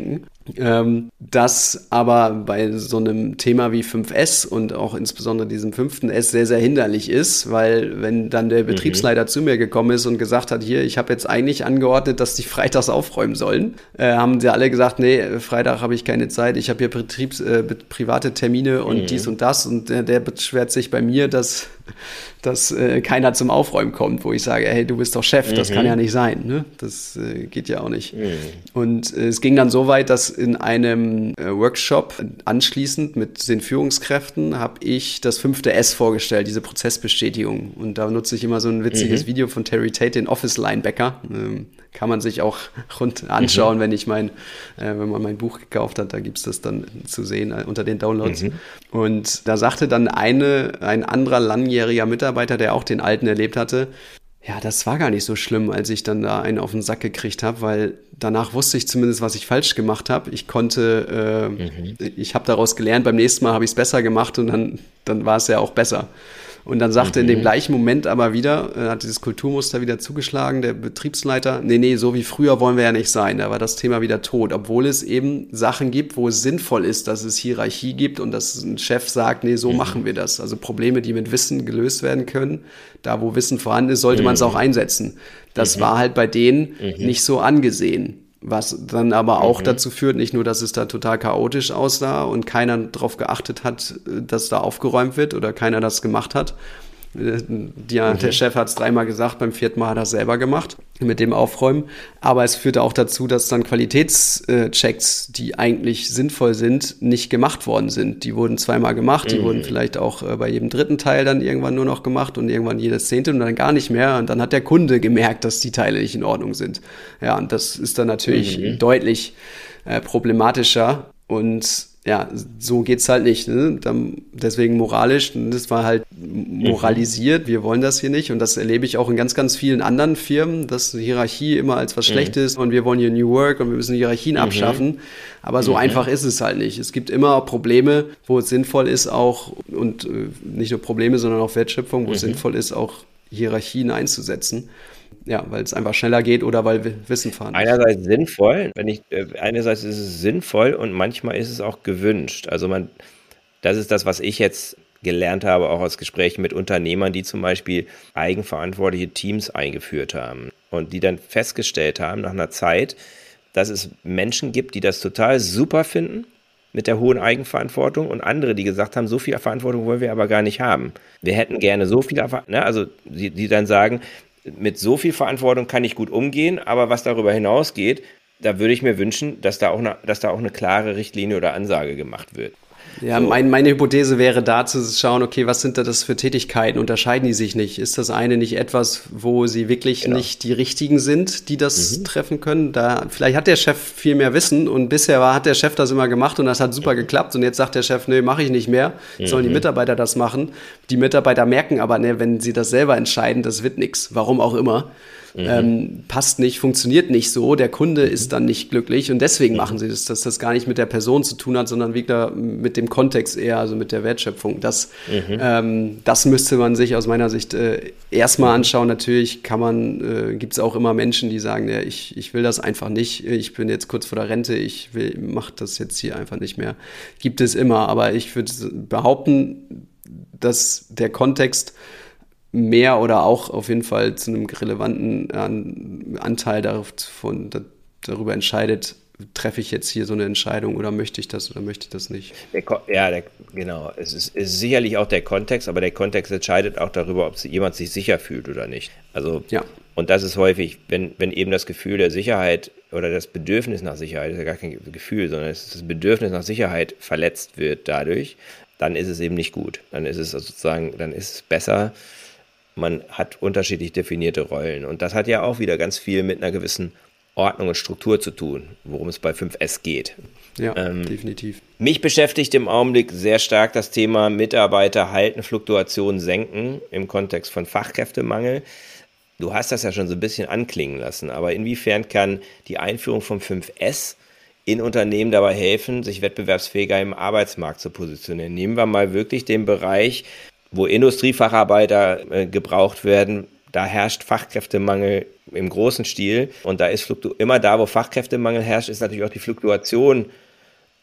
Ähm, das aber bei so einem Thema wie fünf S und auch insbesondere diesem fünften S sehr, sehr hinderlich ist, weil wenn dann der Betriebsleiter mhm. zu mir gekommen ist und gesagt hat, hier, ich habe jetzt eigentlich angeordnet, dass die freitags aufräumen sollen, äh, haben sie alle gesagt, nee, Freitag habe ich keine Zeit, ich habe hier Betriebs-, äh, private Termine und mhm. dies und das und der, der beschwert sich bei mir, dass dass äh, keiner zum Aufräumen kommt, wo ich sage, hey, du bist doch Chef, das mhm. kann ja nicht sein, ne? Das äh, geht ja auch nicht. Mhm. Und äh, es ging dann so weit, dass in einem äh, Workshop anschließend mit den Führungskräften habe ich das fünfte S vorgestellt, diese Prozessbestätigung. Und da nutze ich immer so ein witziges mhm. Video von Terry Tate, den Office Linebacker. Ähm, kann man sich auch rund anschauen, mhm. wenn ich mein, äh, wenn man mein Buch gekauft hat, da gibt es das dann zu sehen äh, unter den Downloads. Mhm. Und da sagte dann eine, ein anderer langjähriger Mitarbeiter, der auch den Alten erlebt hatte, ja, das war gar nicht so schlimm, als ich dann da einen auf den Sack gekriegt habe, weil danach wusste ich zumindest, was ich falsch gemacht habe. Ich konnte, äh, mhm. ich habe daraus gelernt, beim nächsten Mal habe ich es besser gemacht und dann, dann war es ja auch besser. Und dann sagte mhm. in dem gleichen Moment aber wieder, äh, hat dieses Kulturmuster wieder zugeschlagen, der Betriebsleiter, nee, nee, so wie früher wollen wir ja nicht sein. Da war das Thema wieder tot, obwohl es eben Sachen gibt, wo es sinnvoll ist, dass es Hierarchie gibt und dass ein Chef sagt, nee, so mhm. machen wir das. Also Probleme, die mit Wissen gelöst werden können, da wo Wissen vorhanden ist, sollte mhm. man es auch einsetzen. Das mhm. war halt bei denen mhm. nicht so angesehen. Was dann aber auch mhm. dazu führt, nicht nur, dass es da total chaotisch aussah und keiner darauf geachtet hat, dass da aufgeräumt wird oder keiner das gemacht hat. Die, mhm. Der Chef hat es dreimal gesagt, beim vierten Mal hat er es selber gemacht mit dem Aufräumen. Aber es führte auch dazu, dass dann Qualitätschecks, die eigentlich sinnvoll sind, nicht gemacht worden sind. Die wurden zweimal gemacht, die mhm. wurden vielleicht auch bei jedem dritten Teil dann irgendwann nur noch gemacht und irgendwann jedes zehnte und dann gar nicht mehr. Und dann hat der Kunde gemerkt, dass die Teile nicht in Ordnung sind. Ja, und das ist dann natürlich mhm. deutlich äh, problematischer und ja, so geht's halt nicht. Ne? Dann, deswegen moralisch, das war halt moralisiert, wir wollen das hier nicht. Und das erlebe ich auch in ganz, ganz vielen anderen Firmen, dass Hierarchie immer als was mhm. Schlechtes und wir wollen hier New Work und wir müssen Hierarchien mhm. abschaffen. Aber so mhm. einfach ist es halt nicht. Es gibt immer Probleme, wo es sinnvoll ist auch, und äh, nicht nur Probleme, sondern auch Wertschöpfung, wo mhm. es sinnvoll ist, auch Hierarchien einzusetzen. Ja, weil es einfach schneller geht oder weil Wissen fahren. Einerseits sinnvoll, wenn ich, äh, einerseits ist es sinnvoll und manchmal ist es auch gewünscht. Also man, das ist das, was ich jetzt gelernt habe, auch aus Gesprächen mit Unternehmern, die zum Beispiel eigenverantwortliche Teams eingeführt haben und die dann festgestellt haben nach einer Zeit, dass es Menschen gibt, die das total super finden mit der hohen Eigenverantwortung und andere, die gesagt haben, so viel Verantwortung wollen wir aber gar nicht haben. Wir hätten gerne so viel, ne? Also die, die dann sagen, mit so viel Verantwortung kann ich gut umgehen, aber was darüber hinausgeht, da würde ich mir wünschen, dass da auch eine, dass da auch eine klare Richtlinie oder Ansage gemacht wird. Ja, so. mein, meine Hypothese wäre da zu schauen, okay, was sind da das für Tätigkeiten? Unterscheiden die sich nicht? Ist das eine nicht etwas, wo sie wirklich genau. nicht die Richtigen sind, die das mhm. treffen können? Da, vielleicht hat der Chef viel mehr Wissen und bisher war, hat der Chef das immer gemacht und das hat super mhm. geklappt und jetzt sagt der Chef, nee, mache ich nicht mehr, mhm. sollen die Mitarbeiter das machen. Die Mitarbeiter merken aber, ne, wenn sie das selber entscheiden, das wird nichts, warum auch immer. Mhm. Ähm, passt nicht, funktioniert nicht so, der Kunde mhm. ist dann nicht glücklich und deswegen mhm. machen sie das, dass das gar nicht mit der Person zu tun hat, sondern wieder mit dem Kontext eher, also mit der Wertschöpfung. Das, mhm. ähm, das müsste man sich aus meiner Sicht äh, erstmal mhm. anschauen. Natürlich kann man, äh, gibt es auch immer Menschen, die sagen, ja, ich, ich will das einfach nicht, ich bin jetzt kurz vor der Rente, ich will, mach das jetzt hier einfach nicht mehr. Gibt es immer, aber ich würde behaupten, dass der Kontext mehr oder auch auf jeden Fall zu einem relevanten Anteil davon, darüber entscheidet, treffe ich jetzt hier so eine Entscheidung oder möchte ich das oder möchte ich das nicht? Der Ko- ja, der, genau. Es ist, es ist sicherlich auch der Kontext, aber der Kontext entscheidet auch darüber, ob jemand sich sicher fühlt oder nicht. Also, ja. Und das ist häufig, wenn, wenn eben das Gefühl der Sicherheit oder das Bedürfnis nach Sicherheit, das ist ja gar kein Gefühl, sondern es ist das Bedürfnis nach Sicherheit verletzt wird dadurch, dann ist es eben nicht gut. Dann ist es sozusagen, dann ist es besser, man hat unterschiedlich definierte Rollen. Und das hat ja auch wieder ganz viel mit einer gewissen Ordnung und Struktur zu tun, worum es bei fünf S geht. Ja, ähm, definitiv. Mich beschäftigt im Augenblick sehr stark das Thema Mitarbeiter halten, Fluktuationen senken im Kontext von Fachkräftemangel. Du hast das ja schon so ein bisschen anklingen lassen, aber inwiefern kann die Einführung von fünf S in Unternehmen dabei helfen, sich wettbewerbsfähiger im Arbeitsmarkt zu positionieren? Nehmen wir mal wirklich den Bereich, wo Industriefacharbeiter äh, gebraucht werden, da herrscht Fachkräftemangel im großen Stil und da ist Fluktu- immer da, wo Fachkräftemangel herrscht, ist natürlich auch die Fluktuation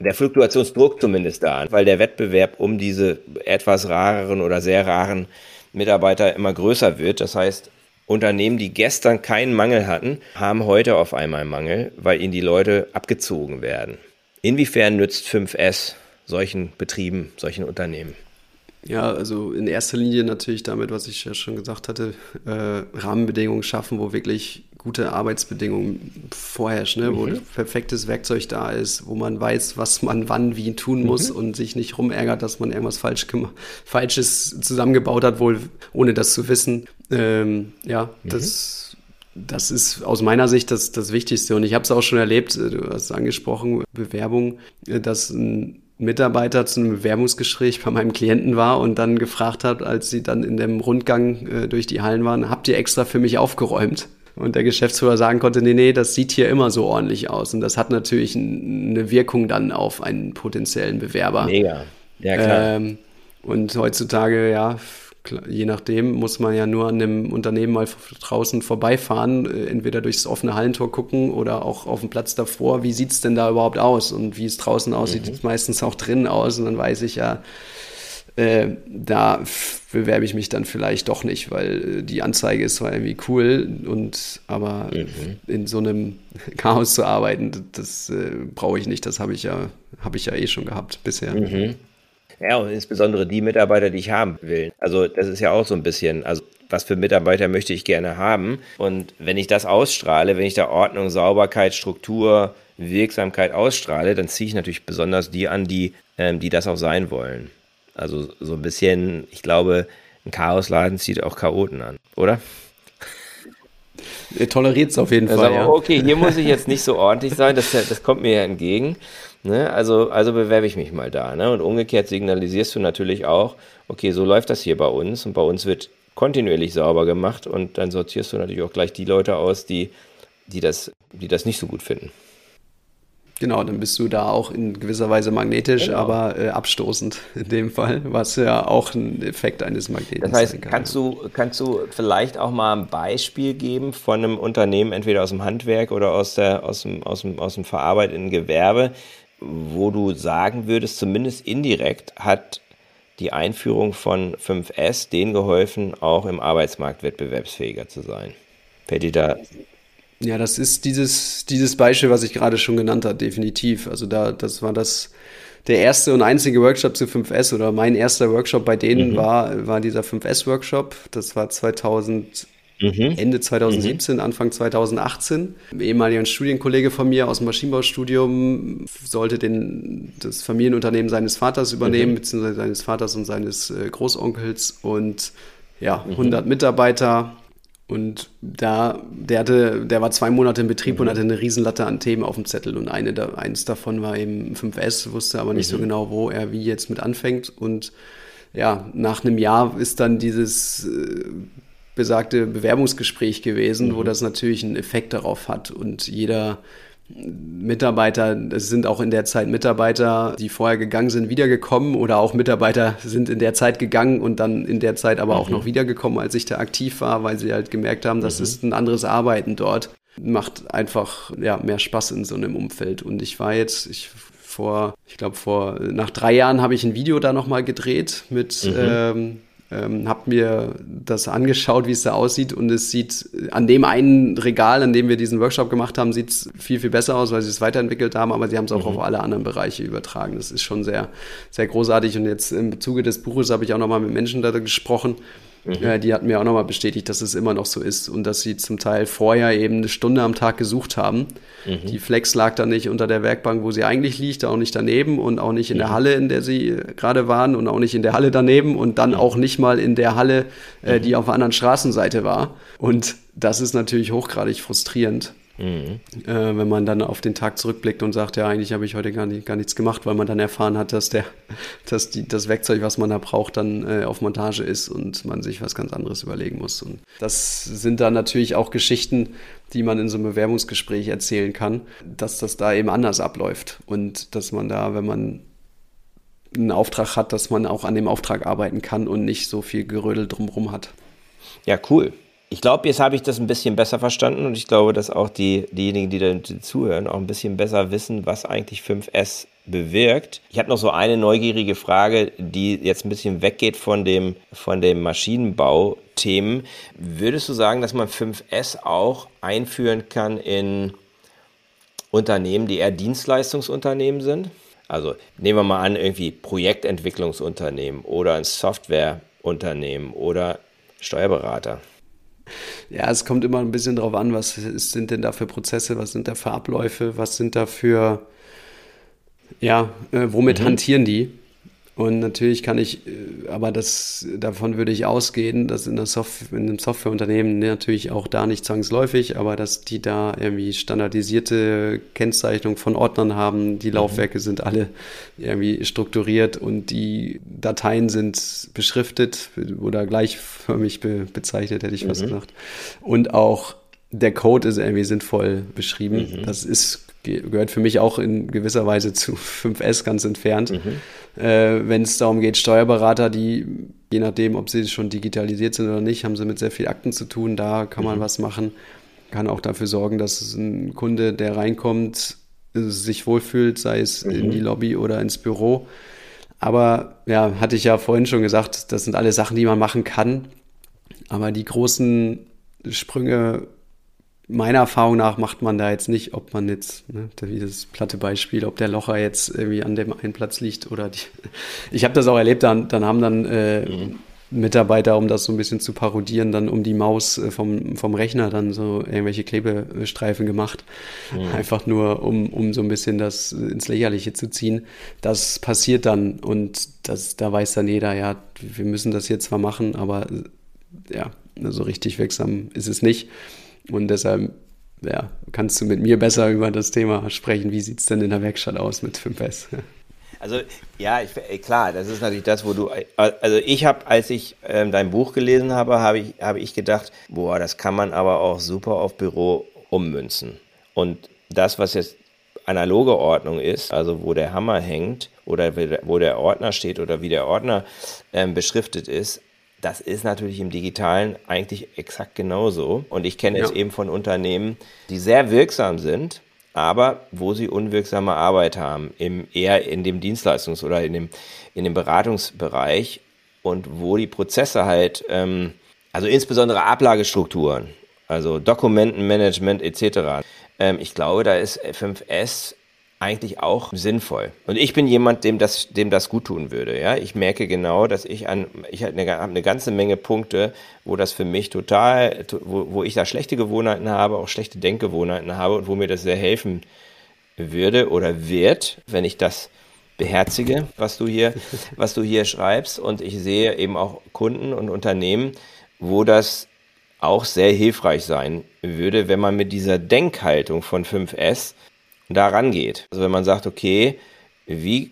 der Fluktuationsdruck zumindest da, weil der Wettbewerb um diese etwas rareren oder sehr raren Mitarbeiter immer größer wird. Das heißt, Unternehmen, die gestern keinen Mangel hatten, haben heute auf einmal einen Mangel, weil ihnen die Leute abgezogen werden. Inwiefern nützt fünf S solchen Betrieben, solchen Unternehmen? Ja, also in erster Linie natürlich damit, was ich ja schon gesagt hatte, äh, Rahmenbedingungen schaffen, wo wirklich gute Arbeitsbedingungen vorherrschen, ne? Mhm. Wo perfektes Werkzeug da ist, wo man weiß, was man wann wie tun muss mhm. und sich nicht rumärgert, dass man irgendwas falsch gema- Falsches zusammengebaut hat, wohl ohne das zu wissen. Ähm, ja, mhm. das, das ist aus meiner Sicht das, das Wichtigste. Und ich habe es auch schon erlebt, du hast es angesprochen, Bewerbung, dass ein Mitarbeiter zu einem Bewerbungsgespräch bei meinem Klienten war und dann gefragt hat, als sie dann in dem Rundgang äh, durch die Hallen waren, habt ihr extra für mich aufgeräumt? Und der Geschäftsführer sagen konnte, nee, nee, das sieht hier immer so ordentlich aus. Und das hat natürlich n- eine Wirkung dann auf einen potenziellen Bewerber. Mega, ja klar. Ähm, und heutzutage, ja, klar, je nachdem muss man ja nur an dem Unternehmen mal draußen vorbeifahren, äh, entweder durchs offene Hallentor gucken oder auch auf dem Platz davor. Wie sieht's denn da überhaupt aus? Und wie es draußen aussieht, mhm. sieht es meistens auch drinnen aus. Und dann weiß ich ja, äh, da f- bewerbe ich mich dann vielleicht doch nicht, weil äh, die Anzeige ist zwar irgendwie cool, und aber mhm. in so einem Chaos zu arbeiten, das äh, brauche ich nicht. Das habe ich ja, habe ich ja eh schon gehabt bisher. Mhm. Ja, und insbesondere die Mitarbeiter, die ich haben will. Also das ist ja auch so ein bisschen, also was für Mitarbeiter möchte ich gerne haben? Und wenn ich das ausstrahle, wenn ich da Ordnung, Sauberkeit, Struktur, Wirksamkeit ausstrahle, dann ziehe ich natürlich besonders die an, die, ähm, die das auch sein wollen. Also so ein bisschen, ich glaube, ein Chaosladen zieht auch Chaoten an, oder? Er toleriert es auf jeden also, Fall, ja. Okay, hier muss ich jetzt nicht so ordentlich sein, das, das kommt mir ja entgegen. Ne? Also, also bewerbe ich mich mal da. Ne? Und umgekehrt signalisierst du natürlich auch, okay, so läuft das hier bei uns und bei uns wird kontinuierlich sauber gemacht, und dann sortierst du natürlich auch gleich die Leute aus, die, die, das, die das nicht so gut finden. Genau, dann bist du da auch in gewisser Weise magnetisch, genau. aber äh, abstoßend in dem Fall, was ja auch ein Effekt eines Magneten ist. Das heißt, kannst du, kannst du vielleicht auch mal ein Beispiel geben von einem Unternehmen, entweder aus dem Handwerk oder aus, der, aus, dem, aus, dem, aus dem verarbeitenden Gewerbe, wo du sagen würdest, zumindest indirekt hat die Einführung von fünf S denen geholfen, auch im Arbeitsmarkt wettbewerbsfähiger zu sein? Fällt dir da... Ja, das ist dieses, dieses Beispiel, was ich gerade schon genannt habe, definitiv. Also da, das war das, der erste und einzige Workshop zu fünf S, oder mein erster Workshop bei denen mhm. war, war dieser fünf S-Workshop. Das war zweitausend, mhm. Ende zwanzig siebzehn, mhm. Anfang zwanzig achtzehn. Ein ehemaliger Studienkollege von mir aus dem Maschinenbaustudium sollte den, das Familienunternehmen seines Vaters übernehmen, mhm. beziehungsweise seines Vaters und seines äh, Großonkels, und ja, mhm. hundert Mitarbeiter. Und da, der hatte, der war zwei Monate in Betrieb mhm. und hatte eine Riesenlatte an Themen auf dem Zettel. Und eine da, eins davon war eben fünf S, wusste aber nicht mhm. so genau, wo er wie jetzt mit anfängt. Und ja, nach einem Jahr ist dann dieses äh, besagte Bewerbungsgespräch gewesen, mhm. wo das natürlich einen Effekt darauf hat. Und jeder Mitarbeiter, es sind auch in der Zeit Mitarbeiter, die vorher gegangen sind, wiedergekommen, oder auch Mitarbeiter sind in der Zeit gegangen und dann in der Zeit aber mhm. auch noch wiedergekommen, als ich da aktiv war, weil sie halt gemerkt haben, das mhm. ist ein anderes Arbeiten dort. Macht einfach ja, mehr Spaß in so einem Umfeld. Und ich war jetzt, ich vor, ich glaube vor, nach drei Jahren habe ich ein Video da nochmal gedreht mit mhm. ähm, Ähm, habe mir das angeschaut, wie es da aussieht, und es sieht an dem einen Regal, an dem wir diesen Workshop gemacht haben, sieht es viel, viel besser aus, weil sie es weiterentwickelt haben, aber sie haben es auch mhm. auf alle anderen Bereiche übertragen. Das ist schon sehr, sehr großartig, und jetzt im Zuge des Buches habe ich auch nochmal mit Menschen da gesprochen, mhm. äh, die hatten mir auch nochmal bestätigt, dass es immer noch so ist und dass sie zum Teil vorher eben eine Stunde am Tag gesucht haben. Mhm. Die Flex lag da nicht unter der Werkbank, wo sie eigentlich liegt, auch nicht daneben und auch nicht in mhm. der Halle, in der sie gerade waren, und auch nicht in der Halle daneben und dann mhm. auch nicht mal in der Halle, äh, die auf der anderen Straßenseite war. Und das ist natürlich hochgradig frustrierend. Mhm. Äh, wenn man dann auf den Tag zurückblickt und sagt, ja, eigentlich habe ich heute gar, nicht, gar nichts gemacht, weil man dann erfahren hat, dass, der, dass die, das Werkzeug, was man da braucht, dann äh, auf Montage ist und man sich was ganz anderes überlegen muss. Und das sind dann natürlich auch Geschichten, die man in so einem Bewerbungsgespräch erzählen kann, dass das da eben anders abläuft und dass man da, wenn man einen Auftrag hat, dass man auch an dem Auftrag arbeiten kann und nicht so viel Gerödel drumherum hat. Ja, cool. Ich glaube, jetzt habe ich das ein bisschen besser verstanden, und ich glaube, dass auch die, diejenigen, die da zuhören, auch ein bisschen besser wissen, was eigentlich fünf S bewirkt. Ich habe noch so eine neugierige Frage, die jetzt ein bisschen weggeht von dem, von dem Maschinenbau-Themen. Würdest du sagen, dass man fünf S auch einführen kann in Unternehmen, die eher Dienstleistungsunternehmen sind? Also nehmen wir mal an, irgendwie Projektentwicklungsunternehmen oder ein Softwareunternehmen oder Steuerberater. Ja, es kommt immer ein bisschen drauf an, was sind denn da für Prozesse, was sind da für Abläufe, was sind da für, ja, äh, womit mhm. hantieren die? Und natürlich kann ich, äh, aber das, davon würde ich ausgehen, dass in, der Soft- in einem Softwareunternehmen natürlich auch da nicht zwangsläufig, aber dass die da irgendwie standardisierte Kennzeichnung von Ordnern haben, die Laufwerke mhm. sind alle irgendwie strukturiert und die Dateien sind beschriftet oder gleichförmig be- bezeichnet, hätte ich fast mhm. gesagt. Und auch der Code ist irgendwie sinnvoll beschrieben. Mhm. Das ist gehört für mich auch in gewisser Weise zu fünf S ganz entfernt. Mhm. Äh, wenn es darum geht, Steuerberater, die, je nachdem, ob sie schon digitalisiert sind oder nicht, haben sie mit sehr viel Akten zu tun. Da kann man mhm. was machen. Kann auch dafür sorgen, dass ein Kunde, der reinkommt, sich wohlfühlt, sei es mhm. in die Lobby oder ins Büro. Aber ja, hatte ich ja vorhin schon gesagt, das sind alle Sachen, die man machen kann. Aber die großen Sprünge meiner Erfahrung nach macht man da jetzt nicht, ob man jetzt, ne, wie das platte Beispiel, ob der Locher jetzt irgendwie an dem einen Platz liegt oder die. Ich habe das auch erlebt, dann, dann haben dann äh, mhm. Mitarbeiter, um das so ein bisschen zu parodieren, dann um die Maus äh, vom, vom Rechner dann so irgendwelche Klebestreifen gemacht. Mhm. Einfach nur, um, um so ein bisschen das ins Lächerliche zu ziehen. Das passiert dann und das, da weiß dann jeder, ja, wir müssen das jetzt zwar machen, aber ja, so richtig wirksam ist es nicht. Und deshalb ja, kannst du mit mir besser über das Thema sprechen. Wie sieht es denn in der Werkstatt aus mit fünf S? Also ja, ich, klar, das ist natürlich das, wo du, also ich habe, als ich ähm, dein Buch gelesen habe, habe ich, habe ich gedacht, boah, das kann man aber auch super auf Büro ummünzen. Und das, was jetzt analoge Ordnung ist, also wo der Hammer hängt oder wo der Ordner steht oder wie der Ordner ähm, beschriftet ist, das ist natürlich im Digitalen eigentlich exakt genauso. Und ich kenne ja. es eben von Unternehmen, die sehr wirksam sind, aber wo sie unwirksame Arbeit haben, im, eher in dem Dienstleistungs- oder in dem, in dem Beratungsbereich und wo die Prozesse halt, ähm, also insbesondere Ablagestrukturen, also Dokumentenmanagement et cetera. Ähm, ich glaube, da ist fünf S eigentlich auch sinnvoll. Und ich bin jemand, dem das, dem das gut tun würde. Ja, ich merke genau, dass ich an, ich habe eine, eine ganze Menge Punkte, wo das für mich total, wo, wo ich da schlechte Gewohnheiten habe, auch schlechte Denkgewohnheiten habe und wo mir das sehr helfen würde oder wird, wenn ich das beherzige, was du hier, was du hier schreibst. Und ich sehe eben auch Kunden und Unternehmen, wo das auch sehr hilfreich sein würde, wenn man mit dieser Denkhaltung von fünf S da rangeht. Also wenn man sagt, okay, wie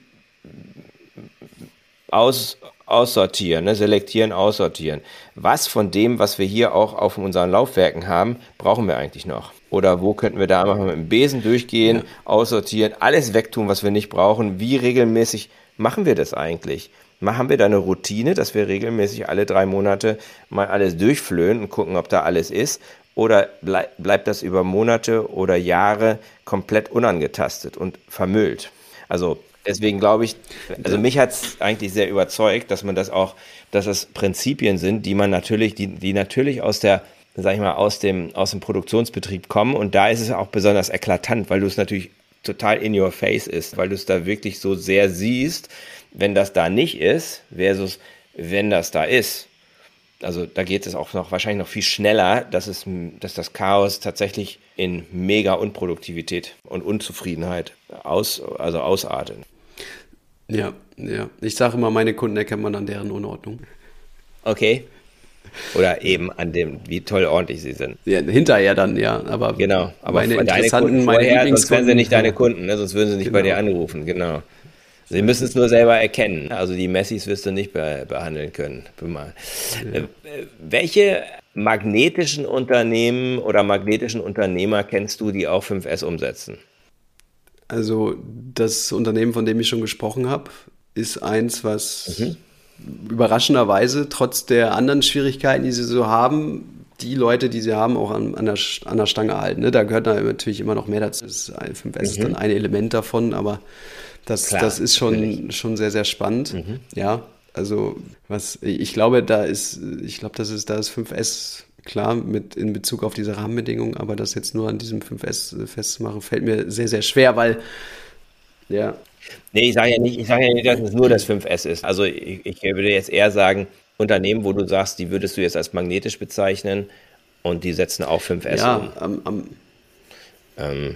aus, aussortieren, ne? selektieren, aussortieren. Was von dem, was wir hier auch auf unseren Laufwerken haben, brauchen wir eigentlich noch? Oder wo könnten wir da einfach mit dem Besen durchgehen, ja. aussortieren, alles wegtun, was wir nicht brauchen? Wie regelmäßig machen wir das eigentlich? Haben wir da eine Routine, dass wir regelmäßig alle drei Monate mal alles durchflöhen und gucken, ob da alles ist? Oder bleib, bleibt das über Monate oder Jahre komplett unangetastet und vermüllt? Also deswegen glaube ich, also mich hat es eigentlich sehr überzeugt, dass man das auch, dass das Prinzipien sind, die man natürlich, die, die natürlich aus der, sag ich mal, aus dem, aus dem Produktionsbetrieb kommen. Und da ist es auch besonders eklatant, weil du es natürlich total in your face ist, weil du es da wirklich so sehr siehst, wenn das da nicht ist, versus wenn das da ist. Also da geht es auch noch wahrscheinlich noch viel schneller, dass es, dass das Chaos tatsächlich in mega Unproduktivität und Unzufriedenheit aus, also ausartet. Ja, ja. Ich sage immer, meine Kunden erkennt man an deren Unordnung. Okay. Oder eben an dem, wie toll ordentlich sie sind. Ja, hinterher dann, ja. Aber genau. Aber meine deine Kunden vorher, sonst wären sie nicht deine Kunden, ne? Sonst würden sie nicht genau. bei dir anrufen, genau. Sie müssen es nur selber erkennen. Also die Messis wirst du nicht be- behandeln können. Ja. Welche magnetischen Unternehmen oder magnetischen Unternehmer kennst du, die auch fünf S umsetzen? Also das Unternehmen, von dem ich schon gesprochen habe, ist eins, was mhm. überraschenderweise trotz der anderen Schwierigkeiten, die sie so haben, die Leute, die sie haben, auch an, an, der, an der Stange halten. Ne? Da gehört da natürlich immer noch mehr dazu. Das fünf S mhm. ist dann ein Element davon, aber Das, Klar, das ist schon, natürlich. schon sehr, sehr spannend. Mhm. Ja, also was ich glaube, da ist, ich glaube, das ist, da ist fünf S klar mit in Bezug auf diese Rahmenbedingungen, aber das jetzt nur an diesem fünf S festzumachen, fällt mir sehr, sehr schwer, weil ja. Nee, ich sage ja nicht, ich sage ja nicht, dass es nur das fünf S ist. Also ich, ich würde jetzt eher sagen, Unternehmen, wo du sagst, die würdest du jetzt als magnetisch bezeichnen und die setzen auch fünf S Ja, um. am, am Ähm,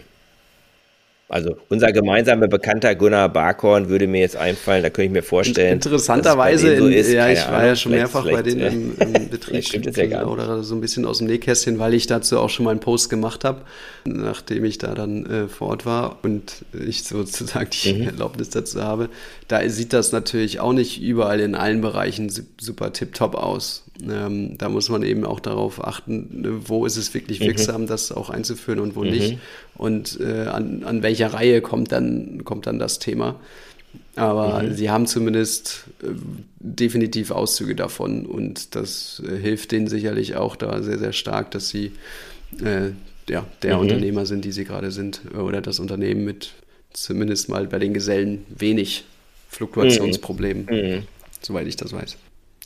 also unser gemeinsamer Bekannter Gunnar Barkhorn würde mir jetzt einfallen, da könnte ich mir vorstellen, interessanterweise, dass es bei denen so in, ist. ja, Keine ich war Ahnung, ja schon vielleicht- mehrfach bei vielleicht, denen äh, im, im Betrieb vielleicht stimmt es ja gar nicht. oder so ein bisschen aus dem Nähkästchen, weil ich dazu auch schon mal einen Post gemacht habe, nachdem ich da dann äh, vor Ort war und ich sozusagen die Mhm. Erlaubnis dazu habe. Da sieht das natürlich auch nicht überall in allen Bereichen su- super tipptopp aus. Ähm, da muss man eben auch darauf achten, ne, wo ist es wirklich wirksam, das auch einzuführen und wo nicht. Und äh, an, an welcher Reihe kommt dann, kommt dann das Thema. Aber Mhm. sie haben zumindest äh, definitiv Auszüge davon und das äh, hilft denen sicherlich auch da sehr, sehr stark, dass sie äh, ja, der Mhm. Unternehmer sind, die sie gerade sind äh, oder das Unternehmen mit zumindest mal bei den Gesellen wenig Fluktuationsproblemen, Mhm. soweit ich das weiß.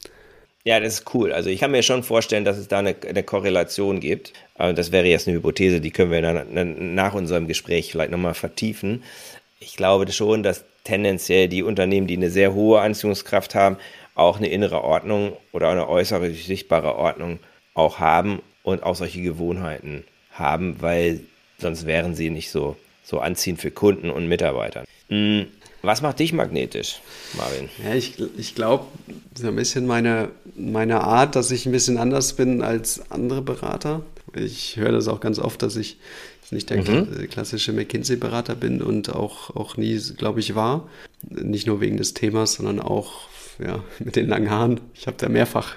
Ja, das ist cool. Also ich kann mir schon vorstellen, dass es da eine, eine Korrelation gibt. Aber das wäre jetzt eine Hypothese, die können wir dann nach unserem Gespräch vielleicht nochmal vertiefen. Ich glaube schon, dass tendenziell die Unternehmen, die eine sehr hohe Anziehungskraft haben, auch eine innere Ordnung oder eine äußere sichtbare Ordnung auch haben und auch solche Gewohnheiten haben, weil sonst wären sie nicht so, so anziehend für Kunden und Mitarbeiter. Hm, was macht dich magnetisch, Marvin? Ja, ich, ich glaube, so ein bisschen meine, meine Art, dass ich ein bisschen anders bin als andere Berater. Ich höre das auch ganz oft, dass ich nicht der Mhm. klassische McKinsey-Berater bin und auch, auch nie, glaube ich, war. Nicht nur wegen des Themas, sondern auch ja, mit den langen Haaren. Ich habe da mehrfach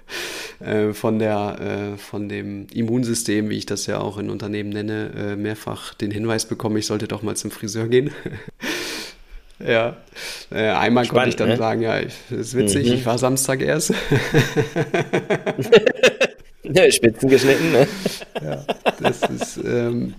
äh, von, der, äh, von dem Immunsystem, wie ich das ja auch in Unternehmen nenne, äh, mehrfach den Hinweis bekommen, ich sollte doch mal zum Friseur gehen. Ja, äh, einmal konnte ich Spannend, dann ne? sagen, ja, ich- das ist witzig, Mhm. ich war Samstag erst. Ja, Spitzen geschnitten, ne? Ja, das ist, ähm,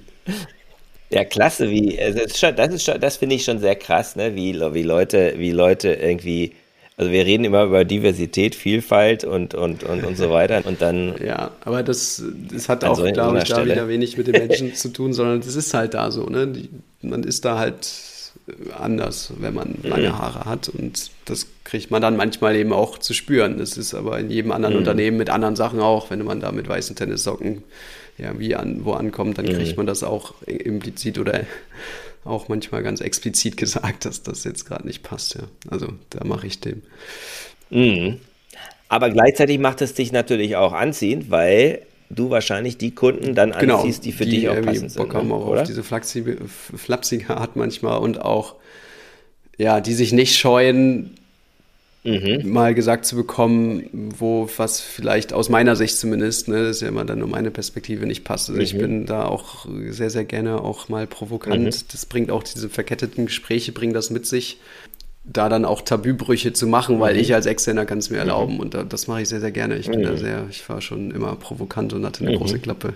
Ja, klasse, wie, also das ist schon, das ist schon, das finde ich schon sehr krass, ne, wie, wie Leute, wie Leute irgendwie, also wir reden immer über Diversität, Vielfalt und, und, und, und so weiter und dann, ja, aber das, das hat An auch, so- an so glaube einer ich, da Stelle. wieder wenig mit den Menschen zu tun, sondern das ist halt da so, ne? Die, man ist da halt anders, wenn man lange Haare hat und das kriegt man dann manchmal eben auch zu spüren. Das ist aber in jedem anderen Unternehmen mit anderen Sachen auch, wenn man da mit weißen Tennissocken ja, wie an, wo ankommt, dann kriegt man das auch implizit oder auch manchmal ganz explizit gesagt, dass das jetzt gerade nicht passt. Ja. Also da mache ich dem. mhm. Aber gleichzeitig macht es dich natürlich auch anziehend, weil du wahrscheinlich die Kunden dann Genau, anziehst, die für dich auch irgendwie passend Bock sind, haben ne? auch Oder? auf diese flapsige, flapsige Art manchmal und auch, ja, die sich nicht scheuen, Mhm. mal gesagt zu bekommen, wo was vielleicht aus meiner Sicht zumindest, ne, das ist ja immer dann nur meine Perspektive, nicht passt. Also ich bin da auch sehr, sehr gerne auch mal provokant. Das bringt auch diese verketteten Gespräche, bringen das mit sich, da dann auch Tabubrüche zu machen, weil ich als Externer kann es mir erlauben und da, das mache ich sehr, sehr gerne. Ich bin da sehr, ich war schon immer provokant und hatte eine große Klappe.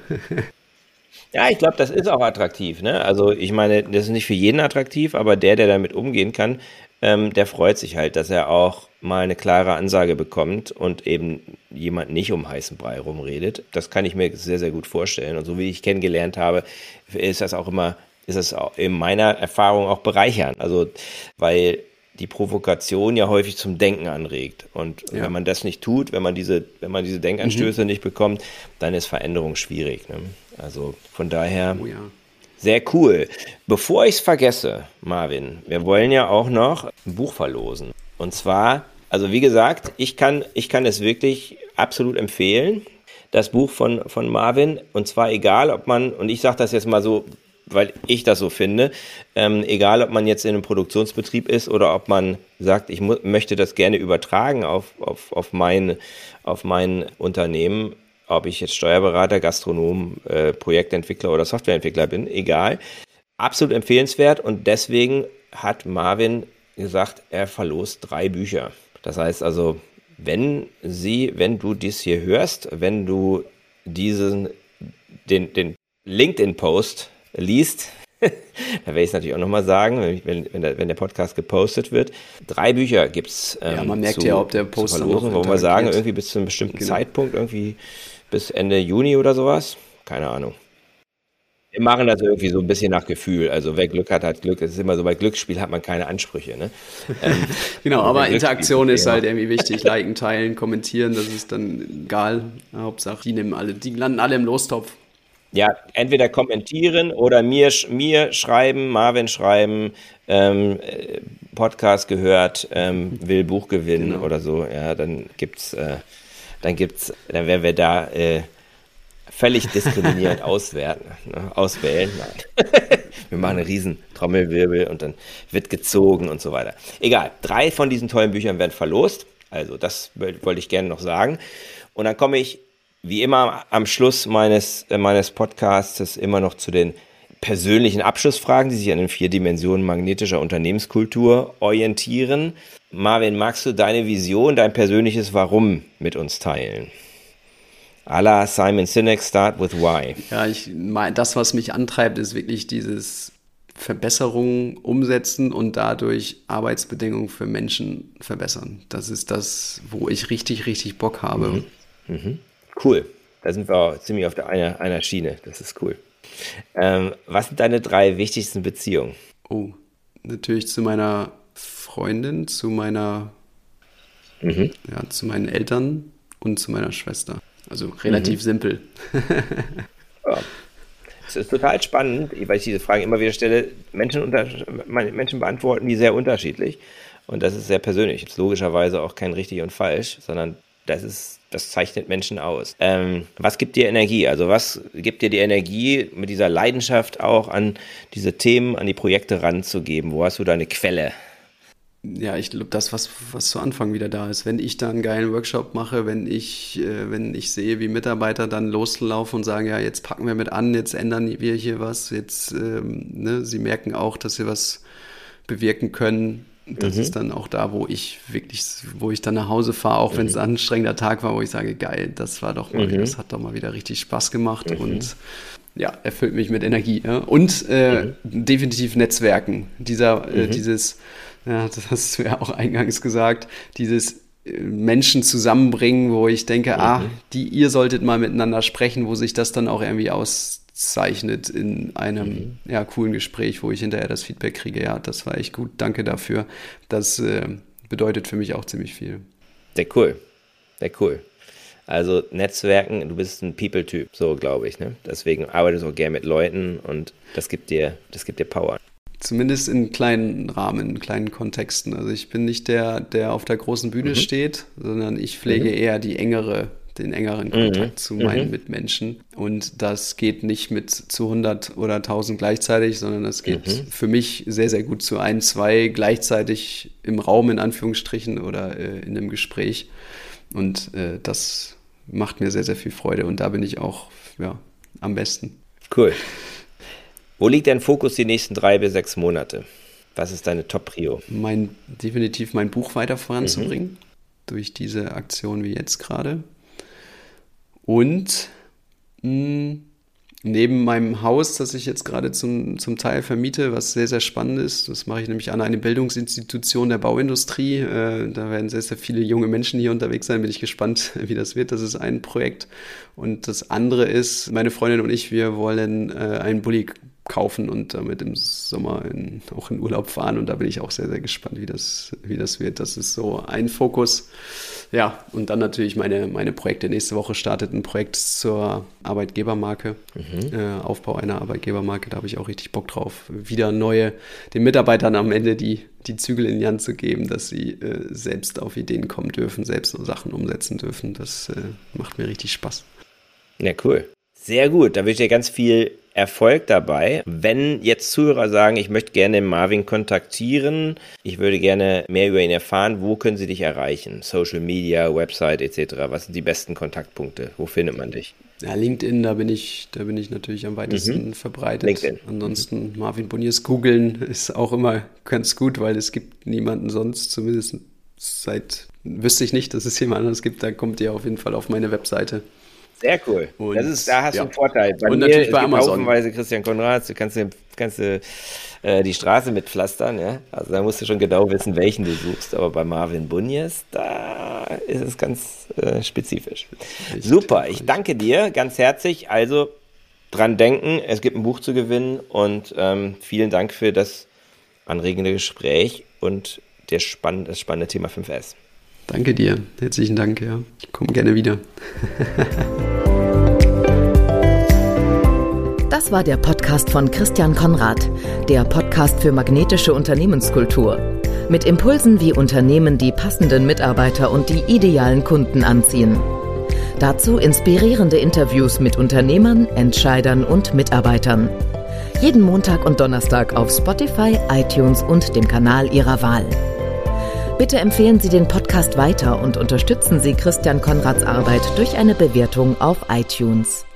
Ja, ich glaube, das ist auch attraktiv, ne? Also ich meine, das ist nicht für jeden attraktiv, aber der, der damit umgehen kann, ähm, der freut sich halt, dass er auch mal eine klare Ansage bekommt und eben jemand nicht um heißen Brei rumredet. Das kann ich mir sehr, sehr gut vorstellen. Und so wie ich kennengelernt habe, ist das auch immer, ist das auch in meiner Erfahrung auch bereichernd. Also, weil die Provokation ja häufig zum Denken anregt. Und Ja. wenn man das nicht tut, wenn man diese, wenn man diese Denkanstöße nicht bekommt, dann ist Veränderung schwierig, ne? Also von daher Oh ja. sehr cool. Bevor ich es vergesse, Marvin, wir wollen ja auch noch ein Buch verlosen. Und zwar, also wie gesagt, ich kann, ich kann es wirklich absolut empfehlen, das Buch von, von Marvin. Und zwar egal, ob man, und ich sage das jetzt mal so, weil ich das so finde, ähm, egal ob man jetzt in einem Produktionsbetrieb ist oder ob man sagt, ich mu- möchte das gerne übertragen auf, auf, auf, mein, auf mein Unternehmen, ob ich jetzt Steuerberater, Gastronom, äh, Projektentwickler oder Softwareentwickler bin, egal. Absolut empfehlenswert und deswegen hat Marvin gesagt, er verlost drei Bücher. Das heißt also, wenn Sie, wenn du dies hier hörst, wenn du diesen, den, den LinkedIn-Post liest, Da werde ich es natürlich auch nochmal sagen, wenn, wenn, wenn, der, wenn der Podcast gepostet wird. Drei Bücher gibt es. Ähm, ja, man merkt zu, ja, ob der Poster noch wollen wir sagen, irgendwie bis zu einem bestimmten genau. Zeitpunkt, irgendwie bis Ende Juni oder sowas. Keine Ahnung. Wir machen das irgendwie so ein bisschen nach Gefühl. Also wer Glück hat, hat Glück. Es ist immer so, bei Glücksspiel hat man keine Ansprüche. Ne? Ähm, genau, aber Interaktion ist halt irgendwie wichtig. Liken, teilen, kommentieren, das ist dann egal. Hauptsache, die nehmen alle, die landen alle im Lostopf. Ja, entweder kommentieren oder mir, mir schreiben, Marvin schreiben, ähm, Podcast gehört, ähm, will Buch gewinnen genau. oder so. Ja, dann gibt's, äh, dann gibt's, dann werden wir da äh, völlig diskriminierend auswerten, ne? Auswählen. Nein. Wir machen einen riesen Trommelwirbel und dann wird gezogen und so weiter. Egal, drei von diesen tollen Büchern werden verlost. Also das wollte ich gerne noch sagen. Und dann komme ich wie immer am Schluss meines, äh, meines Podcasts immer noch zu den persönlichen Abschlussfragen, die sich an den vier Dimensionen magnetischer Unternehmenskultur orientieren. Marvin, magst du deine Vision, dein persönliches Warum mit uns teilen? À la Simon Sinek, start with why. Ja, ich mein, das, was mich antreibt, ist wirklich dieses Verbesserungen umsetzen und dadurch Arbeitsbedingungen für Menschen verbessern. Das ist das, wo ich richtig, richtig Bock habe. Mhm. Mhm. Cool. Da sind wir auch ziemlich auf der einer, einer Schiene. Das ist cool. Ähm, was sind deine drei wichtigsten Beziehungen? Oh, natürlich zu meiner Freundin, zu meiner, mhm. ja, zu meinen Eltern und zu meiner Schwester. Also relativ mhm. simpel. Ja. Es ist total spannend, weil ich diese Fragen immer wieder stelle. Menschen, unter, Menschen beantworten die sehr unterschiedlich. Und das ist sehr persönlich. Das ist logischerweise auch kein richtig und falsch, sondern das ist, das zeichnet Menschen aus. Ähm, was gibt dir Energie? Also was gibt dir die Energie, mit dieser Leidenschaft auch an diese Themen, an die Projekte ranzugeben? Wo hast du deine Quelle? Ja, ich glaube, das, was, was zu Anfang wieder da ist. Wenn ich da einen geilen Workshop mache, wenn ich, äh, wenn ich sehe, wie Mitarbeiter dann loslaufen und sagen, ja, jetzt packen wir mit an, jetzt ändern wir hier was, jetzt, ähm, ne, sie merken auch, dass sie was bewirken können. Das mhm. ist dann auch da, wo ich wirklich, wo ich dann nach Hause fahre, auch mhm. wenn es ein anstrengender Tag war, wo ich sage, geil, das war doch mal, mhm. das hat doch mal wieder richtig Spaß gemacht mhm. und ja, erfüllt mich mit Energie. Ja. Und äh, mhm. definitiv Netzwerken. Dieser, mhm. äh, dieses, ja, das hast du ja auch eingangs gesagt, dieses äh, Menschen zusammenbringen, wo ich denke, mhm. ah, die, ihr solltet mal miteinander sprechen, wo sich das dann auch irgendwie auszeichnet in einem mhm. ja, coolen Gespräch, wo ich hinterher das Feedback kriege, ja, das war echt gut, danke dafür. Das äh, bedeutet für mich auch ziemlich viel. Sehr cool, sehr cool. Also Netzwerken, du bist ein People-Typ, so glaube ich, ne? Deswegen arbeitest du auch gerne mit Leuten und das gibt dir, das gibt dir Power. Zumindest in kleinen Rahmen, in kleinen Kontexten. Also ich bin nicht der, der auf der großen Bühne mhm. steht, sondern ich pflege mhm. eher die engere, den engeren Kontakt mhm. zu meinen mhm. Mitmenschen. Und das geht nicht mit zu hundert oder tausend gleichzeitig, sondern das geht mhm. für mich sehr, sehr gut zu ein, zwei gleichzeitig im Raum, in Anführungsstrichen, oder äh, in einem Gespräch. Und äh, das macht mir sehr, sehr viel Freude. Und da bin ich auch ja, am besten. Cool. Wo liegt dein Fokus die nächsten drei bis sechs Monate? Was ist deine Top-Prio? Mein, definitiv mein Buch weiter voranzubringen. Mhm. Durch diese Aktion wie jetzt gerade. Und mh, neben meinem Haus, das ich jetzt gerade zum, zum Teil vermiete, was sehr, sehr spannend ist, das mache ich nämlich an eine Bildungsinstitution der Bauindustrie. Äh, da werden sehr, sehr viele junge Menschen hier unterwegs sein. Bin ich gespannt, wie das wird. Das ist ein Projekt. Und das andere ist, meine Freundin und ich, wir wollen äh, einen Bulli kaufen und damit im Sommer in, auch in Urlaub fahren. Und da bin ich auch sehr, sehr gespannt, wie das, wie das wird. Das ist so ein Fokus. Ja, und dann natürlich meine, meine Projekte. Nächste Woche startet ein Projekt zur Arbeitgebermarke, mhm. äh, Aufbau einer Arbeitgebermarke. Da habe ich auch richtig Bock drauf, wieder neue, den Mitarbeitern am Ende die, die Zügel in die Hand zu geben, dass sie äh, selbst auf Ideen kommen dürfen, selbst so Sachen umsetzen dürfen. Das äh, macht mir richtig Spaß. Ja, cool. Sehr gut. Da wünsche ich dir ganz viel Erfolg dabei. Wenn jetzt Zuhörer sagen, ich möchte gerne Marvin kontaktieren, ich würde gerne mehr über ihn erfahren, wo können sie dich erreichen? Social Media, Website et cetera. Was sind die besten Kontaktpunkte? Wo findet man dich? Ja, LinkedIn, da bin ich, da bin ich natürlich am weitesten mhm. verbreitet. LinkedIn. Ansonsten mhm. Marvin Bunjes googeln ist auch immer ganz gut, weil es gibt niemanden sonst, zumindest seit, wüsste ich nicht, dass es jemand anderes gibt, da kommt ihr auf jeden Fall auf meine Webseite. Sehr cool. Und, das ist, da hast ja. du einen Vorteil. Bei und mir, natürlich bei es gibt Amazon. haufenweise Christian Konrad, du kannst, kannst äh, die Straße mit pflastern. Ja? Also da musst du schon genau wissen, welchen du suchst. Aber bei Marvin Bunjes, da ist es ganz äh, spezifisch. Richtig. Super, ich danke dir ganz herzlich. Also dran denken, es gibt ein Buch zu gewinnen. Und ähm, vielen Dank für das anregende Gespräch und der spann- das spannende Thema fünf S. Danke dir, herzlichen Dank, ja. Ich komme gerne wieder. Das war der Podcast von Christian Konrad, der Podcast für magnetische Unternehmenskultur. Mit Impulsen, wie Unternehmen die passenden Mitarbeiter und die idealen Kunden anziehen. Dazu inspirierende Interviews mit Unternehmern, Entscheidern und Mitarbeitern. Jeden Montag und Donnerstag auf Spotify, iTunes und dem Kanal Ihrer Wahl. Bitte empfehlen Sie den Podcast weiter und unterstützen Sie Christian Konrads Arbeit durch eine Bewertung auf iTunes.